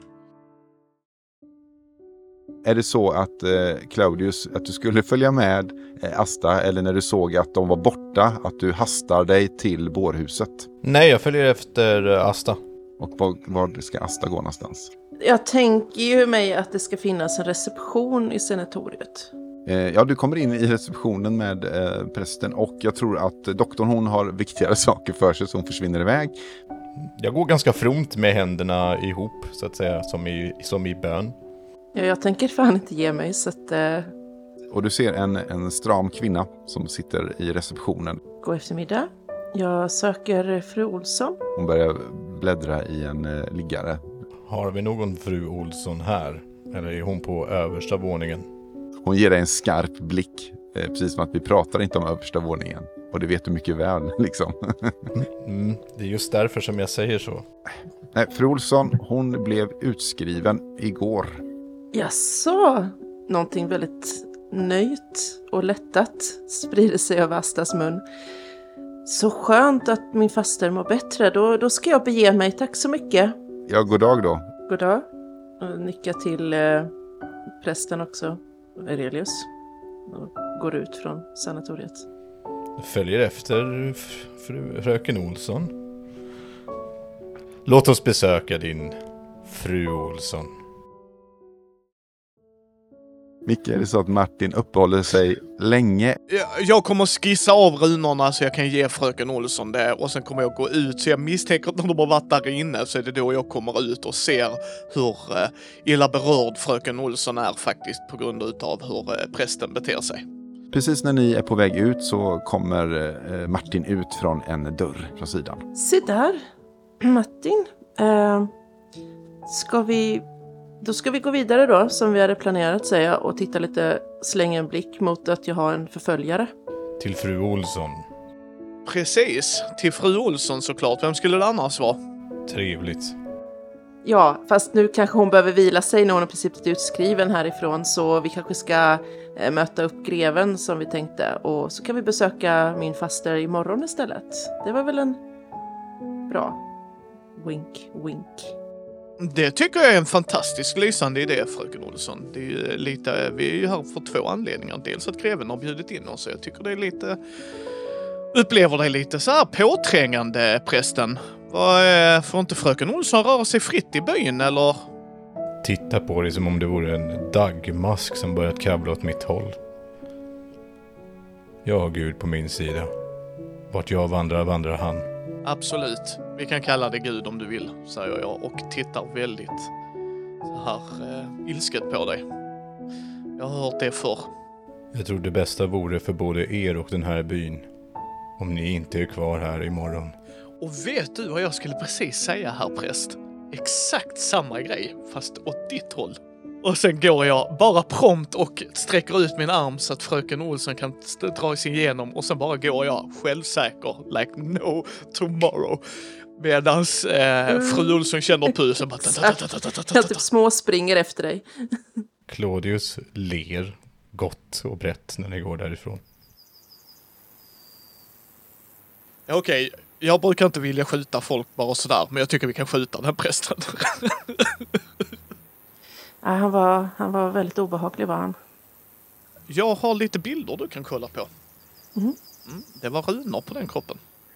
Är det så att Claudius, att du skulle följa med Asta eller när du såg att de var borta, att du hastar dig till bårhuset? Nej, jag följer efter Asta. Och var ska Asta gå någonstans? Jag tänker ju mig att det ska finnas en reception i sanatoriet. Ja, du kommer in i receptionen med prästen och jag tror att doktorn hon har viktigare saker för sig så hon försvinner iväg. Jag går ganska fromt med händerna ihop så att säga, som i bön. Ja, jag tänker fan inte ge mig så att... Och du ser en stram kvinna som sitter i receptionen. God eftermiddag. Jag söker fru Olsson. Hon börjar bläddra i en liggare. Har vi någon fru Olsson här? Eller är hon på översta våningen? Hon ger dig en skarp blick. Precis som att vi pratar inte om översta våningen. Och det vet du mycket väl, liksom. Det är just därför som jag säger så. Nej, fru Olsson, hon blev utskriven igår. Jaså? Någonting väldigt nöjt och lättat sprider sig över Astas mun. Så skönt att min faster mår bättre. Då ska jag bege mig. Tack så mycket. Ja, god dag då. God dag. Och nickar till prästen också. Aurelius. Och går ut från sanatoriet. Följer efter fröken Olsson. Låt oss besöka din fru Olsson. Micke, är det så att Martin uppehåller sig länge? Jag kommer skissa av runorna så jag kan ge fröken Olsson det. Och sen kommer jag gå ut. Så jag misstänker att när de har varit där inne så är det då jag kommer ut och ser hur illa berörd fröken Olsson är faktiskt på grund av hur prästen beter sig. Precis när ni är på väg ut så kommer Martin ut från en dörr från sidan. Se där, Martin. Då ska vi gå vidare då, som vi hade planerat säga, och titta lite, slänga en blick mot att jag har en förföljare. Till fru Olsson. Precis, till fru Olsson såklart. Vem skulle det annars vara? Trevligt. Ja, fast nu kanske hon behöver vila sig när hon i princip är utskriven härifrån, så vi kanske ska möta upp greven som vi tänkte, och så kan vi besöka min faster imorgon istället. Det var väl en bra wink, wink. Det tycker jag är en fantastisk lysande idé, fröken Olsson. Det är ju lite, vi är ju här för två anledningar. Dels att greven har bjudit in oss. Jag tycker det är lite, upplever det lite så här påträngande, prästen. Får inte fröken Olsson röra sig fritt i byn, eller? Titta på det som om det vore en daggmask som börjat kravla åt mitt håll. Jag har Gud på min sida. Vart jag vandrar, vandrar han. Absolut. Vi kan kalla det Gud om du vill, säger jag och tittar väldigt så här ilsket på dig. Jag har hört det förr. Jag tror det bästa vore för både er och den här byn om ni inte är kvar här imorgon. Och vet du vad jag skulle precis säga, herr präst? Exakt samma grej, fast åt ditt håll. Och sen går jag bara prompt och sträcker ut min arm så att fröken Olsson kan dra sig igenom, och sen bara går jag självsäker, like no tomorrow. Medans fru Olsson känner pusen. Jag typ småspringer efter dig. Claudius ler gott och brett när ni går därifrån. Okej, jag brukar inte vilja skjuta folk bara sådär, men jag tycker vi kan skjuta den prästen. Ja, han var väldigt obehaglig, var han. Jag har lite bilder du kan kolla på. Det var runor på den kroppen.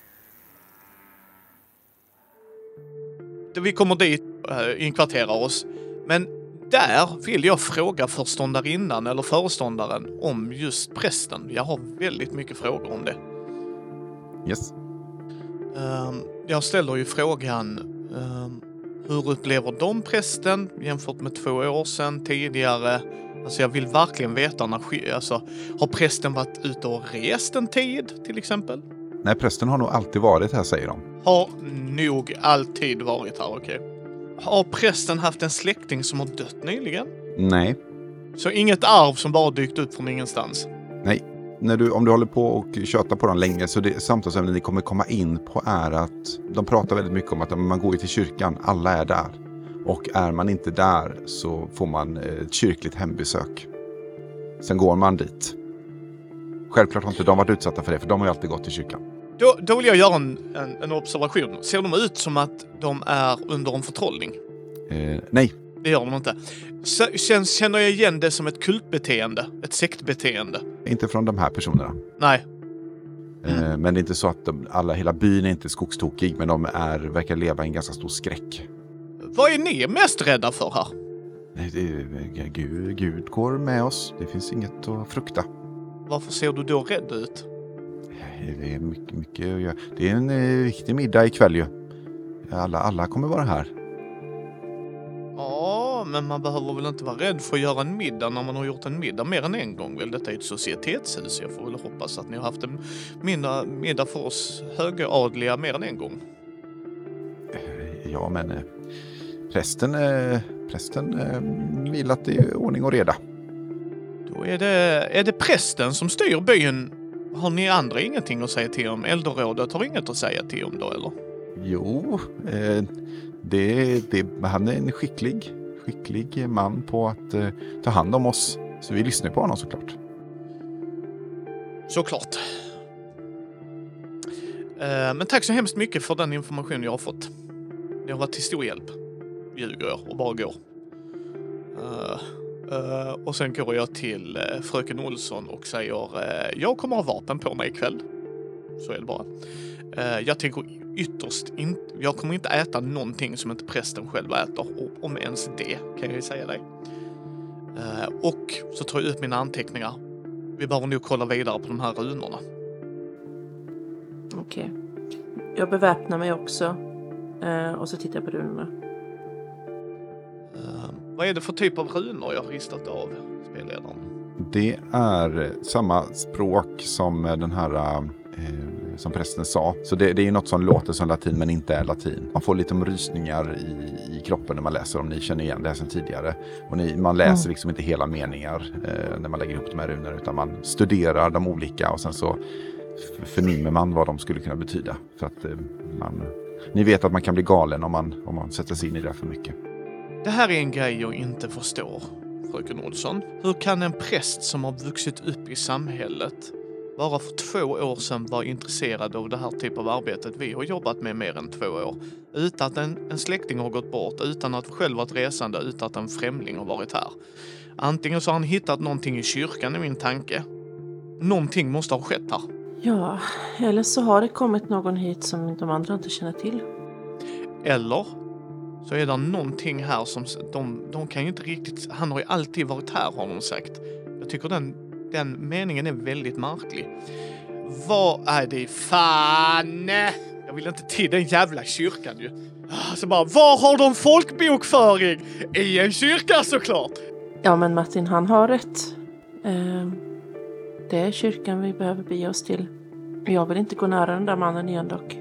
Vi kommer dit, inkvarterar oss. Men där vill jag fråga föreståndarinnan eller föreståndaren om just prästen. Jag har väldigt mycket frågor om det. Yes. Jag ställer ju frågan, hur upplever de prästen jämfört med 2 år sedan tidigare? Alltså jag vill verkligen veta har prästen varit ute och rest en tid till exempel? Nej, prästen har nog alltid varit här, säger de. Har nog alltid varit här, okej. Har prästen haft en släkting som har dött nyligen? Nej. Så inget arv som bara dykt upp från ingenstans? Nej. Om du håller på och tjötar på dem länge, så det samtalsämnet ni kommer komma in på är att de pratar väldigt mycket om att man går ju till kyrkan, alla är där. Och är man inte där så får man ett kyrkligt hembesök. Sen går man dit. Självklart har inte de varit utsatta för det, för de har ju alltid gått till kyrkan. Då vill jag göra en observation. Ser de ut som att de är under en förtrollning? Nej. Det gör de inte. Känner jag igen det som ett kultbeteende? Ett sektbeteende? Inte från de här personerna. Nej. Men det är inte så att hela byn är inte skogstokig, men de verkar leva i en ganska stor skräck. Vad är ni mest rädda för här? Gud går med oss. Det finns inget att frukta. Varför ser du då rädd ut? Det är mycket att göra. Det är en viktig middag ikväll ju. Alla kommer vara här. Ja, men man behöver väl inte vara rädd för att göra en middag när man har gjort en middag mer än en gång. Väl, detta är ett societetshus. Jag får väl hoppas att ni har haft en middag för oss högadliga mer än en gång. Ja, men prästen vill att det är ordning och reda. Då är det prästen som styr byn. Har ni andra ingenting att säga till om? Eldorrådet har inget att säga till om då, eller? Jo, han är en skicklig skicklig man på att ta hand om oss. Så vi lyssnar på honom såklart. Såklart. Men tack så hemskt mycket för den information jag har fått. Det har varit till stor hjälp. Ljuger jag och bara går. Och sen går jag till fröken Olsson och säger jag kommer ha vapen på mig ikväll. Så är det bara. Jag tänker ytterst inte... Jag kommer inte äta någonting som inte prästen själv äter. Och om ens det kan jag ju säga dig. Och så tar jag ut mina anteckningar. Vi behöver nog kolla vidare på de här runorna. Okej. Jag beväpnar mig också. Och så tittar jag på runorna. Vad är det för typ av runor jag har ristat av spelledaren? Det är samma språk som den här som prästen sa. Så det är något som låter som latin men inte är latin. Man får lite rysningar i kroppen när man läser, om ni känner igen det här sedan tidigare. Och man läser liksom inte hela meningar när man lägger ihop de här runorna, utan man studerar de olika och sen så förnimmer man vad de skulle kunna betyda. För att ni vet att man kan bli galen om man sätter sig in i det för mycket. Det här är en grej jag inte förstår, fröken Olsson. Hur kan en präst som har vuxit upp i samhället bara för 2 år sedan vara intresserad av det här typ av arbetet vi har jobbat med mer än 2 år? Utan att en släkting har gått bort, utan att själv varit resande, utan att en främling har varit här. Antingen så har han hittat någonting i kyrkan i min tanke. Någonting måste ha skett här. Ja, eller så har det kommit någon hit som de andra inte känner till. Eller så är det någonting här som de kan ju inte riktigt... Han har ju alltid varit här, har de sagt. Jag tycker den meningen är väldigt märklig. Vad är det fan? Jag vill inte till den jävla kyrkan ju. Så bara, var har de folkbokföring? I en kyrka såklart. Ja, men Martin, han har rätt. Det är kyrkan vi behöver bege oss till. Jag vill inte gå nära den där mannen igen dock.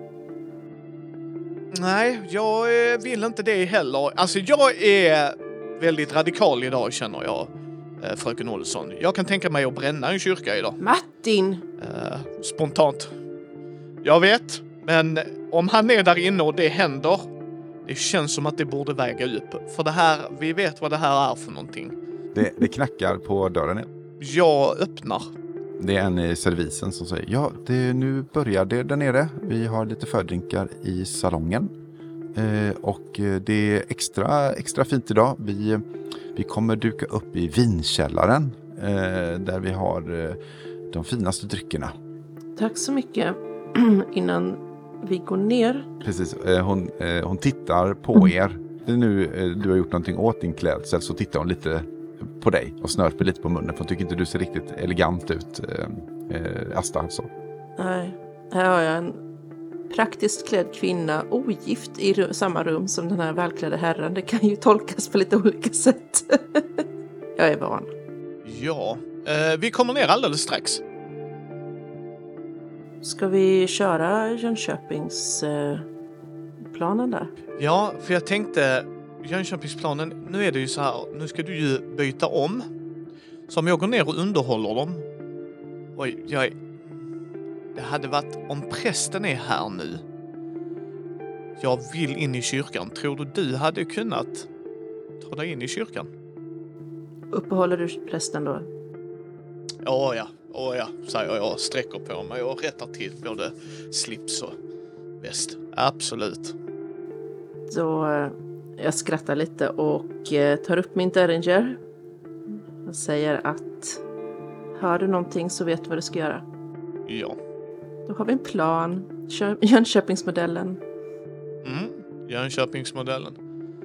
Nej, jag vill inte det heller. Alltså jag är väldigt radikal idag, känner jag, fröken Olsson. Jag kan tänka mig att bränna en kyrka idag. Martin! Spontant. Jag vet, men om han är där inne och det händer, det känns som att det borde väga upp. För det här, vi vet vad det här är för någonting. Det knackar på dörren. Jag öppnar. Det är en i servisen som säger, ja, nu börjar det där nere. Vi har lite fördrinkar i salongen. Och det är extra fint idag. Vi kommer duka upp i vinkällaren. Där vi har de finaste dryckerna. Tack så mycket. Innan vi går ner. Precis, hon tittar på er. Nu du har gjort någonting åt din klädsel, så tittar hon lite på dig och snörper lite på munnen, för hon tycker inte du ser riktigt elegant ut, Asta alltså. Nej, här har jag en praktiskt klädd kvinna, ogift i samma rum som den här välklädda herren. Det kan ju tolkas på lite olika sätt. Jag är van. Ja, vi kommer ner alldeles strax. Ska vi köra Jönköpings planen där? Ja, för jag tänkte, Jönköpingsplanen, nu är det ju så här, nu ska du ju byta om. Så om jag går ner och underhåller dem. Oj, det hade varit, om prästen är här nu. Jag vill in i kyrkan. Tror du hade kunnat ta dig in i kyrkan? Uppehåller du prästen då? Åh ja, säger jag. Sträcker på mig och rättar till både slips och väst. Absolut. Så jag skrattar lite och tar upp min Derringer. Och säger att hör du någonting så vet du vad du ska göra. Ja. Då har vi en plan. Jönköpingsmodellen. Jönköpingsmodellen.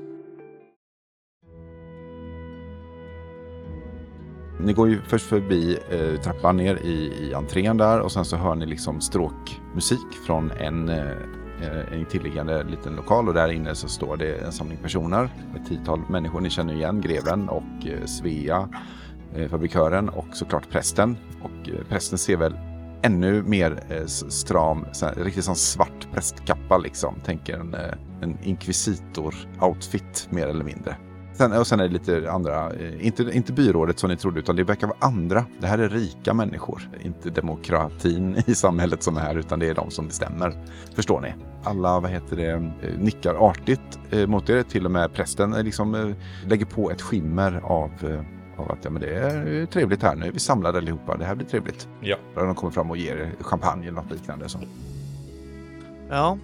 Ni går ju först förbi trappan ner i entrén där, och sen så hör ni liksom stråkmusik från en tillliggande liten lokal, och där inne så står det en samling personer, ett 10-tal människor. Ni känner igen greven och Svea, fabrikören, och såklart prästen. Och prästen ser väl ännu mer stram, riktigt som svart prästkappa liksom. Tänker en inkvisitor-outfit mer eller mindre. Sen är det lite andra, inte byrådet som ni trodde, utan det verkar vara andra. Det här är rika människor, inte demokratin i samhället som är här, utan det är de som bestämmer. Förstår ni? Alla, nickar artigt mot er, till och med prästen liksom lägger på ett skimmer av att men det är trevligt här, nu är vi samlade allihopa, det här blir trevligt. Ja. De kommer fram och ger champagne eller något liknande. Så. Ja,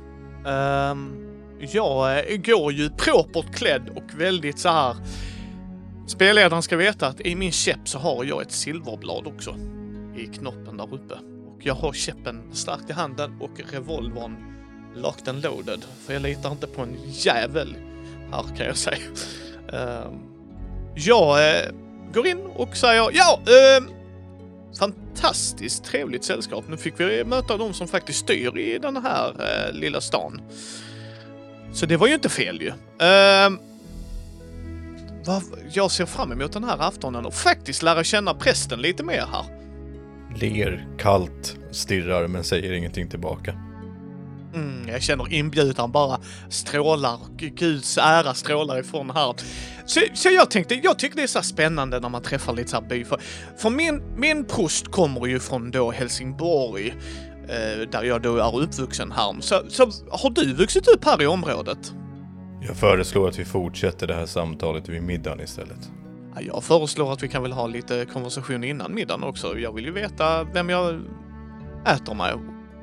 jag går ju propert klädd och väldigt så här. Spelledaren ska veta att i min käpp så har jag ett silverblad också i knoppen där uppe. Och jag har käppen starkt i handen och revolvern locked and loaded. För jag litar inte på en jävel här, kan jag säga. Jag går in och säger fantastiskt trevligt sällskap. Nu fick vi möta de som faktiskt styr i den här lilla stan. Så det var ju inte fel ju. Jag ser fram emot den här aftonen och faktiskt lära känna prästen lite mer här. Ler kallt, stirrar men säger ingenting tillbaka. Jag känner inbjudan bara strålar och Guds ära strålar ifrån här. Så jag tycker det är så spännande när man träffar lite så här by. För min prost kommer ju från då Helsingborg, där jag då är uppvuxen här. Så har du vuxit upp här i området? Jag föreslår att vi fortsätter det här samtalet vid middagen istället. Ja, jag föreslår att vi kan väl ha lite konversation innan middagen också. Jag vill ju veta vem jag äter med.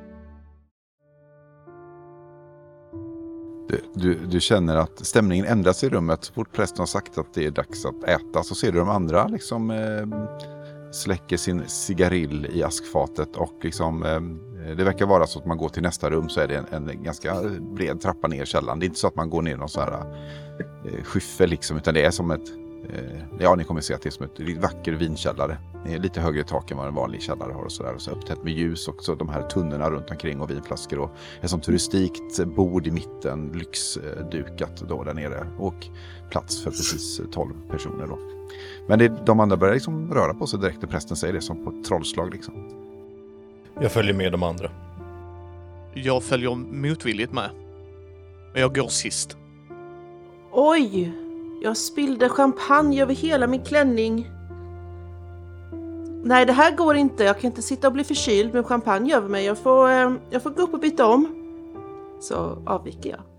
Du känner att stämningen ändras i rummet. Så fort prästen har sagt att det är dags att äta, så ser du de andra liksom släcker sin cigarill i askfatet och liksom det verkar vara så att man går till nästa rum, så är det en ganska bred trappa ner källaren. Det är inte så att man går ner någon så här skyffel liksom, utan det är som ett ni kommer se att det är som ett vacker vinkällare. Det är lite högre tak än vad en vanlig källare har och sådär. Och så upptätt med ljus och så de här tunnorna runt omkring och vinflaskor och ett sånt turistikt bord i mitten, lyxdukat då där nere och plats för precis 12 personer då. Men de andra börjar liksom röra på sig direkt när prästen säger det, som på ett trollslag liksom. Jag följer med de andra. Jag följer motvilligt med. Men jag går sist. Oj! Jag spillde champagne över hela min klänning. Nej, det här går inte. Jag kan inte sitta och bli förkyld med champagne över mig. Jag får gå upp och byta om. Så avviker jag.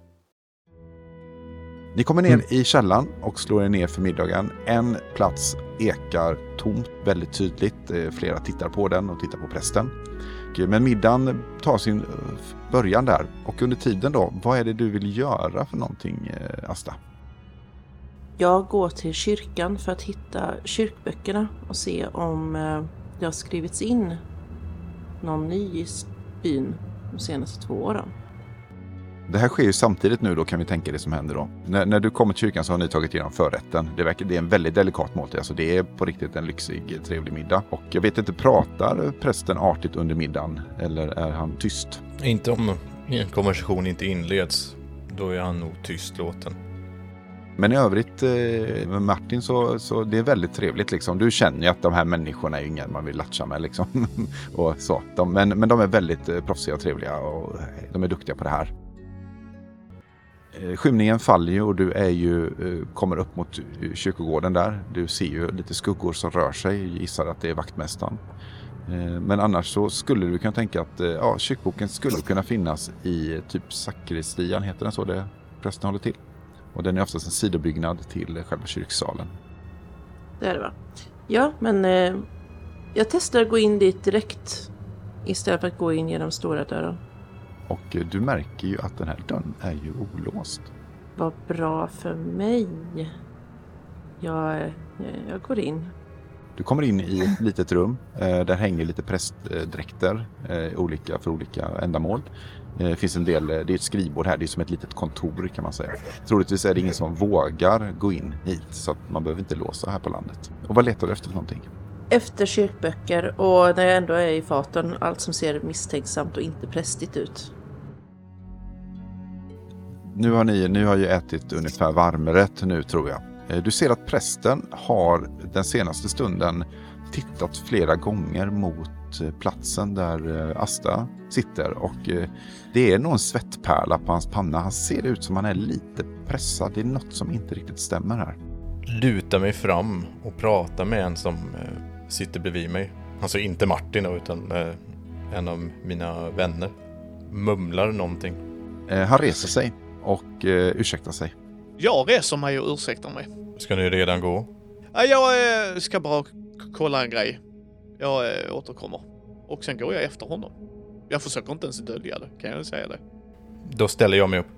Ni kommer ner i källaren och slår er ner för middagen. En plats ekar tomt, väldigt tydligt. Flera tittar på den och tittar på prästen. Men middagen tar sin början där. Och under tiden då, vad är det du vill göra för någonting, Asta? Jag går till kyrkan för att hitta kyrkböckerna och se om det har skrivits in någon ny i byn de senaste 2 åren. Det här sker ju samtidigt nu då, kan vi tänka det som händer då. När du kommer till kyrkan så har ni tagit igenom förrätten. Det är en väldigt delikat måltid, alltså det är på riktigt en lyxig, trevlig middag. Och jag vet inte, pratar prästen artigt under middagen eller är han tyst? Inte om en konversation inte inleds, då är han nog tystlåten. Men i övrigt med Martin så det är väldigt trevligt liksom. Du känner ju att de här människorna är ingen man vill latcha med liksom. Och så. Men de är väldigt proffsiga och trevliga och de är duktiga på det här. Skymningen faller ju och du kommer upp mot kyrkogården där. Du ser ju lite skuggor som rör sig, gissar att det är vaktmästaren. Men annars så skulle du kunna tänka att kyrkboken skulle kunna finnas i typ sakristian, heter den så, det prästen håller till. Och den är oftast en sidobyggnad till själva kyrksalen. Det är det, va? Ja, men jag testar att gå in dit direkt istället för att gå in genom stora dörren. Och du märker ju att den här dörren är ju olåst. Vad bra för mig. Jag går in. Du kommer in i ett litet rum. Där hänger lite prästdräkter för olika ändamål. Det finns en del, det är ett skrivbord här, det är som ett litet kontor kan man säga. Troligtvis är det ingen som vågar gå in hit, så att man behöver inte låsa här på landet. Och vad letar du efter för någonting? Efter kyrkböcker, och när jag ändå är i farten, allt som ser misstänksamt och inte prästigt ut. Nu har ju ätit ungefär varmrätt nu, tror jag. Du ser att prästen har den senaste stunden tittat flera gånger mot platsen där Asta sitter, och det är nog en svettpärla på hans panna. Han ser ut som han är lite pressad. Det är något som inte riktigt stämmer här. lutar mig fram och pratar med en som sitter bredvid mig. Alltså inte Martin då, utan en av mina vänner. Mumlar någonting. Han reser sig och ursäktar sig. Jag reser mig och ursäktar mig. Ska ni redan gå? Ja, jag ska bara kolla en grej. Jag återkommer. Och sen går jag efter honom. Jag försöker inte ens dölja det, kan jag säga det. Då ställer jag mig upp.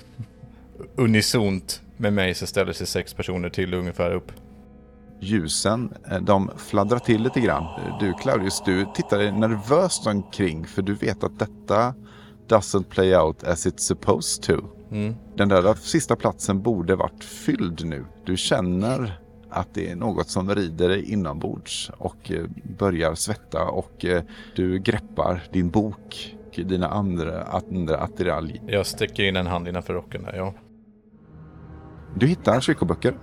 Unisont med mig så ställer sig 6 personer till ungefär upp. Ljusen, de fladdrar till lite grann. Du, Claudius, du tittar nervöst omkring för du vet att detta doesn't play out as it's supposed to. Den där sista platsen borde varit fylld nu. Du känner att det är något som rider dig inombords och börjar svetta och du greppar din bok, dina andra attiralj. Jag sticker in en hand innanför rocken där, ja. Du hittar kyrkoböcker.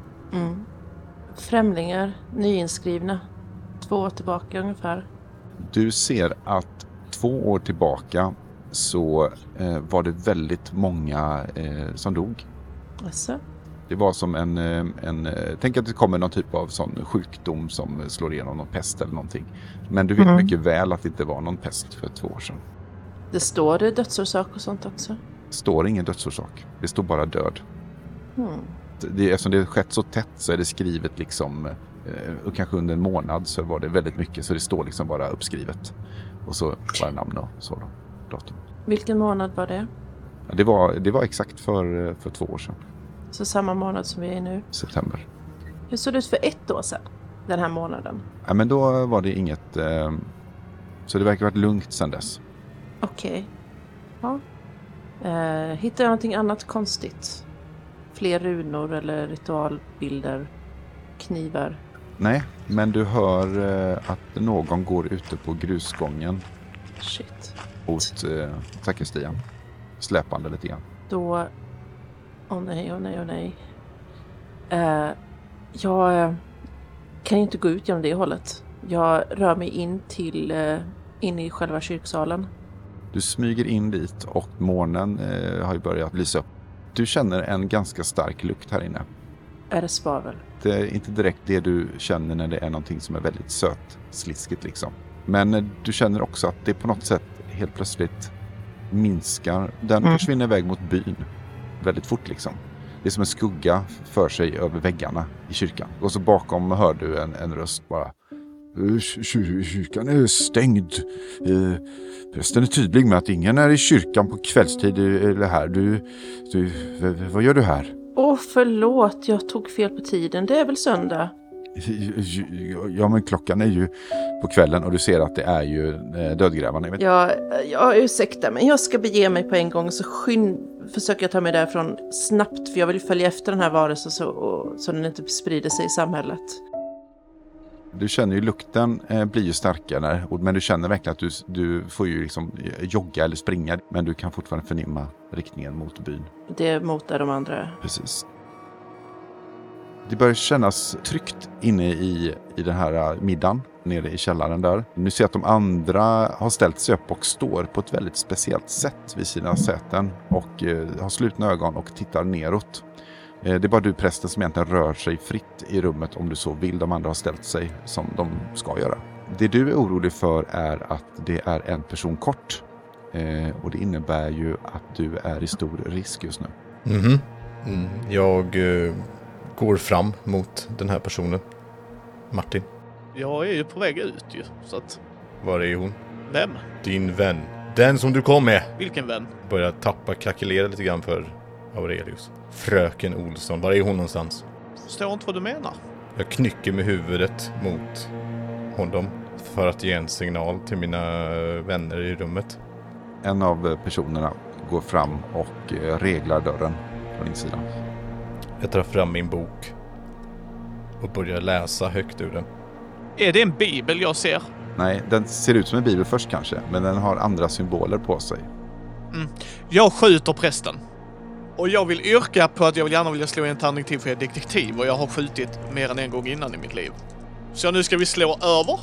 Främlingar, nyinskrivna. 2 år tillbaka ungefär. Du ser att 2 år tillbaka så var det väldigt många som dog. Alltså? Det var som tänk att det kommer någon typ av sån sjukdom som slår igenom någon pest eller någonting. Men du vet mycket väl att det inte var någon pest för 2 år sedan. Det står det dödsorsak och sånt också? Det står ingen dödsorsak. Det står bara död. Eftersom det skett så tätt så är det skrivet liksom och kanske under en månad så var det väldigt mycket så det står liksom bara uppskrivet. Och så bara namn och så då, datum. Vilken månad var det? Ja, det var exakt för 2 år sedan. Så samma månad som vi är i nu? September. Hur såg det ut för 1 år sedan? Den här månaden? Ja, men då var det inget... så det verkar ha varit lugnt sedan dess. Okej. Ja. Hittar jag någonting annat konstigt? Fler runor eller ritualbilder? Knivar? Nej, men du hör att någon går ute på grusgången. Shit. Mot sakristian. Släpande lite grann. Då... Åh nej. Jag kan inte gå ut genom det hållet. Jag rör mig in i själva kyrksalen. Du smyger in dit och månen har ju börjat lysa upp. Du känner en ganska stark lukt här inne. Är det svavel? Det är inte direkt det du känner när det är någonting som är väldigt sliskigt liksom. Men du känner också att det på något sätt helt plötsligt minskar. Den försvinner iväg mot byn. Väldigt fort liksom. Det är som en skugga för sig över väggarna i kyrkan. Och så bakom hör du en röst bara. Kyrkan är stängd. Prästen är tydlig med att ingen är i kyrkan på kvällstid eller här. Vad gör du här? Förlåt, jag tog fel på tiden. Det är väl söndag? Ja, men klockan är ju på kvällen och du ser att det är ju dödgrävarna. Ja, ursäkta, men jag ska bege mig på en gång så försöker jag ta mig därifrån snabbt för jag vill följa efter den här varelsen så den inte sprider sig i samhället. Du känner ju lukten blir ju starkare men du känner verkligen att du får ju liksom jogga eller springa men du kan fortfarande förnimma riktningen mot byn. Det är mot där de andra. Precis. Det börjar kännas tryggt inne i den här middagen nere i källaren där. Nu ser att de andra har ställt sig upp och står på ett väldigt speciellt sätt vid sina säten och har slutna ögon och tittar neråt. Det är bara du, prästen, som egentligen rör sig fritt i rummet om du så vill. De andra har ställt sig som de ska göra. Det du är orolig för är att det är en person kort. Och det innebär ju att du är i stor risk just nu. Jag går fram mot den här personen. Martin. Jag är ju på väg ut ju, så att... Var är hon? Vem? Din vän. Den som du kom med. Vilken vän? Börjar krackelera lite grann för Aurelius. Fröken Olsson, var är hon någonstans? Förstår inte vad du menar. Jag knycker med huvudet mot honom för att ge en signal till mina vänner i rummet. En av personerna går fram och reglar dörren från insidan. Jag tar fram min bok och börjar läsa högt ur den. Är det en bibel jag ser? Nej, den ser ut som en bibel först kanske, men den har andra symboler på sig. Jag skjuter prästen. Och jag vill yrka på att jag gärna vill slå en tärning till för jag är detektiv och jag har skjutit mer än en gång innan i mitt liv. Så nu ska vi slå över.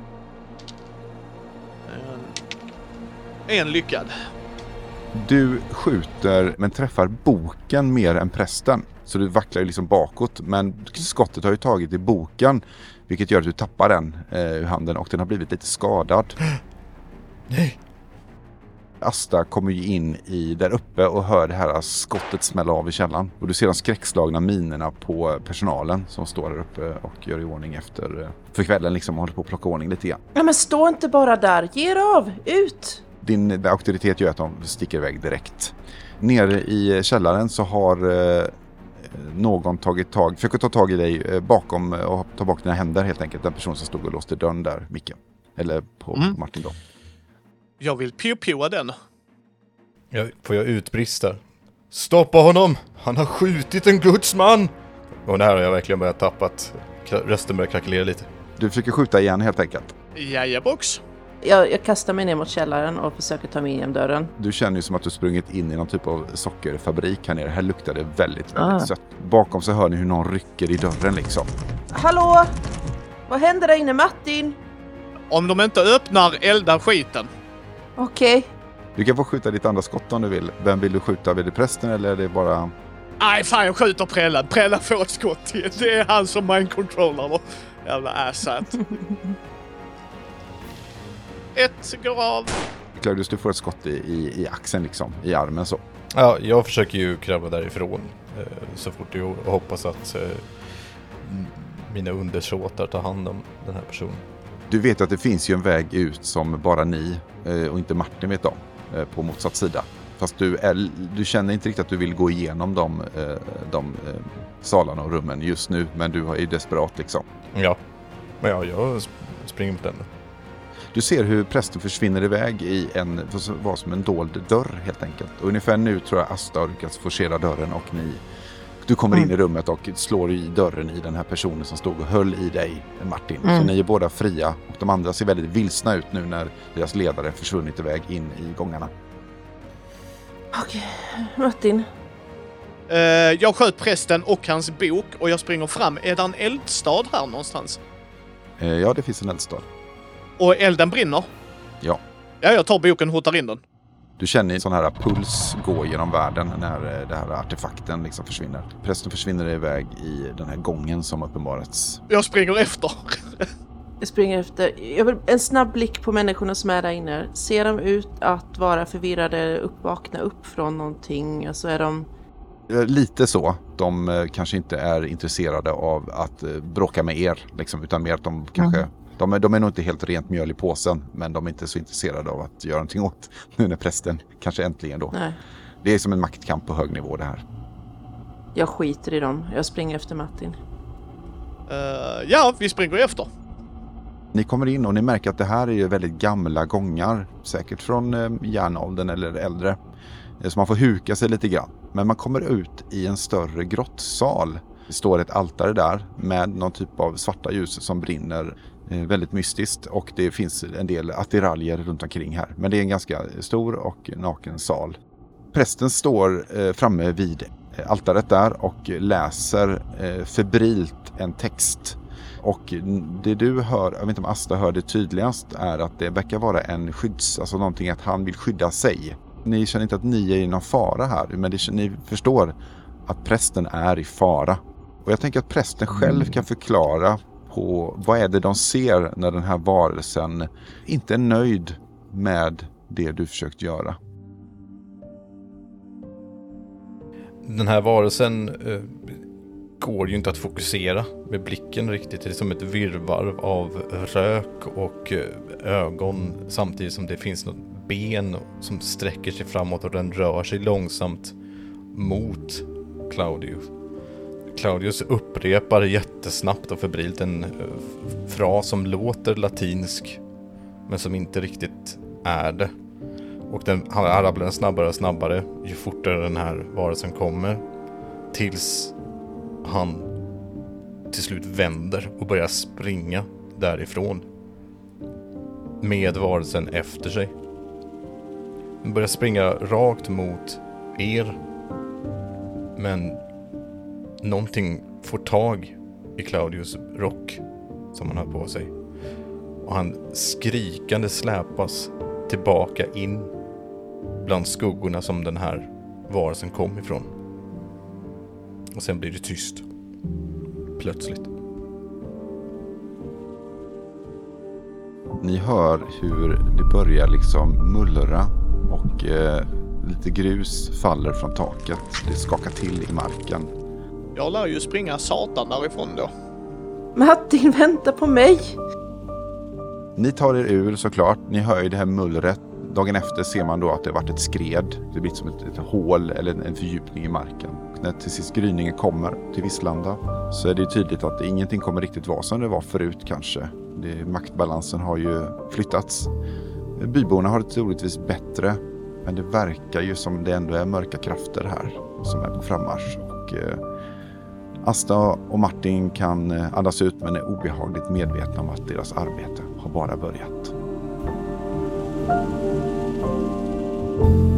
En lyckad. Du skjuter men träffar boken mer än prästen. Så du vacklar ju liksom bakåt, men skottet har ju tagit i boken, vilket gör att du tappar den ur handen och den har blivit lite skadad. Nej. Asta kommer ju in i där uppe och hör det här skottet smälla av i källaren. Och du ser de skräckslagna minerna på personalen som står där uppe och gör i ordning för kvällen liksom, och håller på att plocka ordning lite grann. Ja, men stå inte bara där. Ge er av. Ut! Din auktoritet gör att de sticker iväg direkt. Nere i källaren så har någon försöker ta tag i dig bakom och ta bak dina händer helt enkelt. Den person som stod och låste dörren där, Micke. Eller på Martin då. Jag vill pio den. Får jag utbrista? Stoppa honom! Han har skjutit en gudsman! Och det här har jag verkligen börjat tappat. Rösten börjar krackelera lite. Du försöker skjuta igen helt enkelt. Jajabox. Jag kastar mig ner mot källaren och försöker ta mig in dörren. Du känner ju som att du sprungit in i någon typ av sockerfabrik här nere. Här luktar det väldigt sött. Bakom så hör ni hur någon rycker i dörren liksom. Hallå? Vad händer där inne, Martin? Om de inte öppnar, elda skiten. Okej. Du kan få skjuta ditt andra skott om du vill. Vem vill du skjuta? Vill du prästen eller är det bara... Nej, fan jag skjuter Prella. Prella får ett skott till. Det är han som mind-controller då. Jävla assat. Ett går av. Claudius, du får ett skott i axeln liksom. I armen så. Ja, jag försöker ju kravla därifrån så fort det går och hoppas att mina undersåtar tar hand om den här personen. Du vet att det finns ju en väg ut som bara ni och inte Martin vet om på motsatt sida. Fast du känner inte riktigt att du vill gå igenom de salarna och rummen just nu, men du är ju desperat liksom. Ja, men jag springer mot den. Du ser hur prästen försvinner iväg i vad som en dold dörr helt enkelt. Och ungefär nu tror jag Asta har lyckats forcera dörren och du kommer in i rummet och slår i dörren i den här personen som stod och höll i dig, Martin. Så ni är båda fria och de andra ser väldigt vilsna ut nu när deras ledare försvunnit iväg in i gångarna. Okej, Martin. Jag sköt prästen och hans bok och jag springer fram. Är det en eldstad här någonstans? Ja, det finns en eldstad. Och elden brinner? Ja. Ja, jag tar boken och hotar in den. Du känner en sån här puls gå genom världen när det här artefakten liksom försvinner. Prästen försvinner iväg i den här gången som uppenbarats. Jag springer efter. Jag springer efter. Jag vill en snabb blick på människorna som är där inne. Ser de ut att vara förvirrade, vakna upp från någonting? Alltså är de... Lite så. De kanske inte är intresserade av att bråka med er, liksom, utan mer att de kanske... De är nog inte helt rent mjöl i påsen, men de är inte så intresserade av att göra någonting åt nu när prästen kanske äntligen då. Nej. Det är som en maktkamp på hög nivå det här. Jag skiter i dem. Jag springer efter Martin. Ja, vi springer efter. Ni kommer in och ni märker att det här är ju väldigt gamla gångar. Säkert från järnåldern eller äldre. Så man får huka sig lite grann. Men man kommer ut i en större grottsal. Det står ett altare där med någon typ av svarta ljus som brinner. Väldigt mystiskt och det finns en del attiraljer runt omkring här. Men det är en ganska stor och naken sal. Prästen står framme vid altaret där och läser febrilt en text. Och det du hör, jag vet inte om Asta hör det tydligast, är att det verkar vara en alltså någonting att han vill skydda sig. Ni känner inte att ni är i någon fara här, men ni förstår att prästen är i fara. Och jag tänker att prästen själv kan förklara på vad är det de ser när den här varelsen inte är nöjd med det du försökt göra. Den här varelsen går ju inte att fokusera med blicken riktigt. Det är som ett virrvarr av rök och ögon samtidigt som det finns något ben som sträcker sig framåt och den rör sig långsamt mot Claudius. Claudius upprepar jättesnabbt och febrilt en fras som låter latinsk men som inte riktigt är det. Och han rabblar den snabbare och snabbare ju fortare den här varelsen kommer tills han till slut vänder och börjar springa därifrån med varelsen efter sig. Han börjar springa rakt mot er men någonting får tag i Claudius rock som han har på sig. Och han skrikande släpas tillbaka in bland skuggorna som den här varelsen kom ifrån. Och sen blir det tyst. Plötsligt. Ni hör hur det börjar liksom mullra och lite grus faller från taket. Det skakar till i marken. Jag lär ju springa satan därifrån då. Martin, vänta på mig! Ni tar er ur såklart. Ni hör ju det här mullret. Dagen efter ser man då att det varit ett skred. Det blir som ett hål eller en fördjupning i marken. Och när till sist gryningen kommer till Visslanda så är det tydligt att ingenting kommer riktigt vara som det var förut kanske. Maktbalansen har ju flyttats. Byborna har det troligtvis bättre. Men det verkar ju som det ändå är mörka krafter här som är på frammarsch. Och Asta och Martin kan andas ut men är obehagligt medvetna om att deras arbete har bara börjat.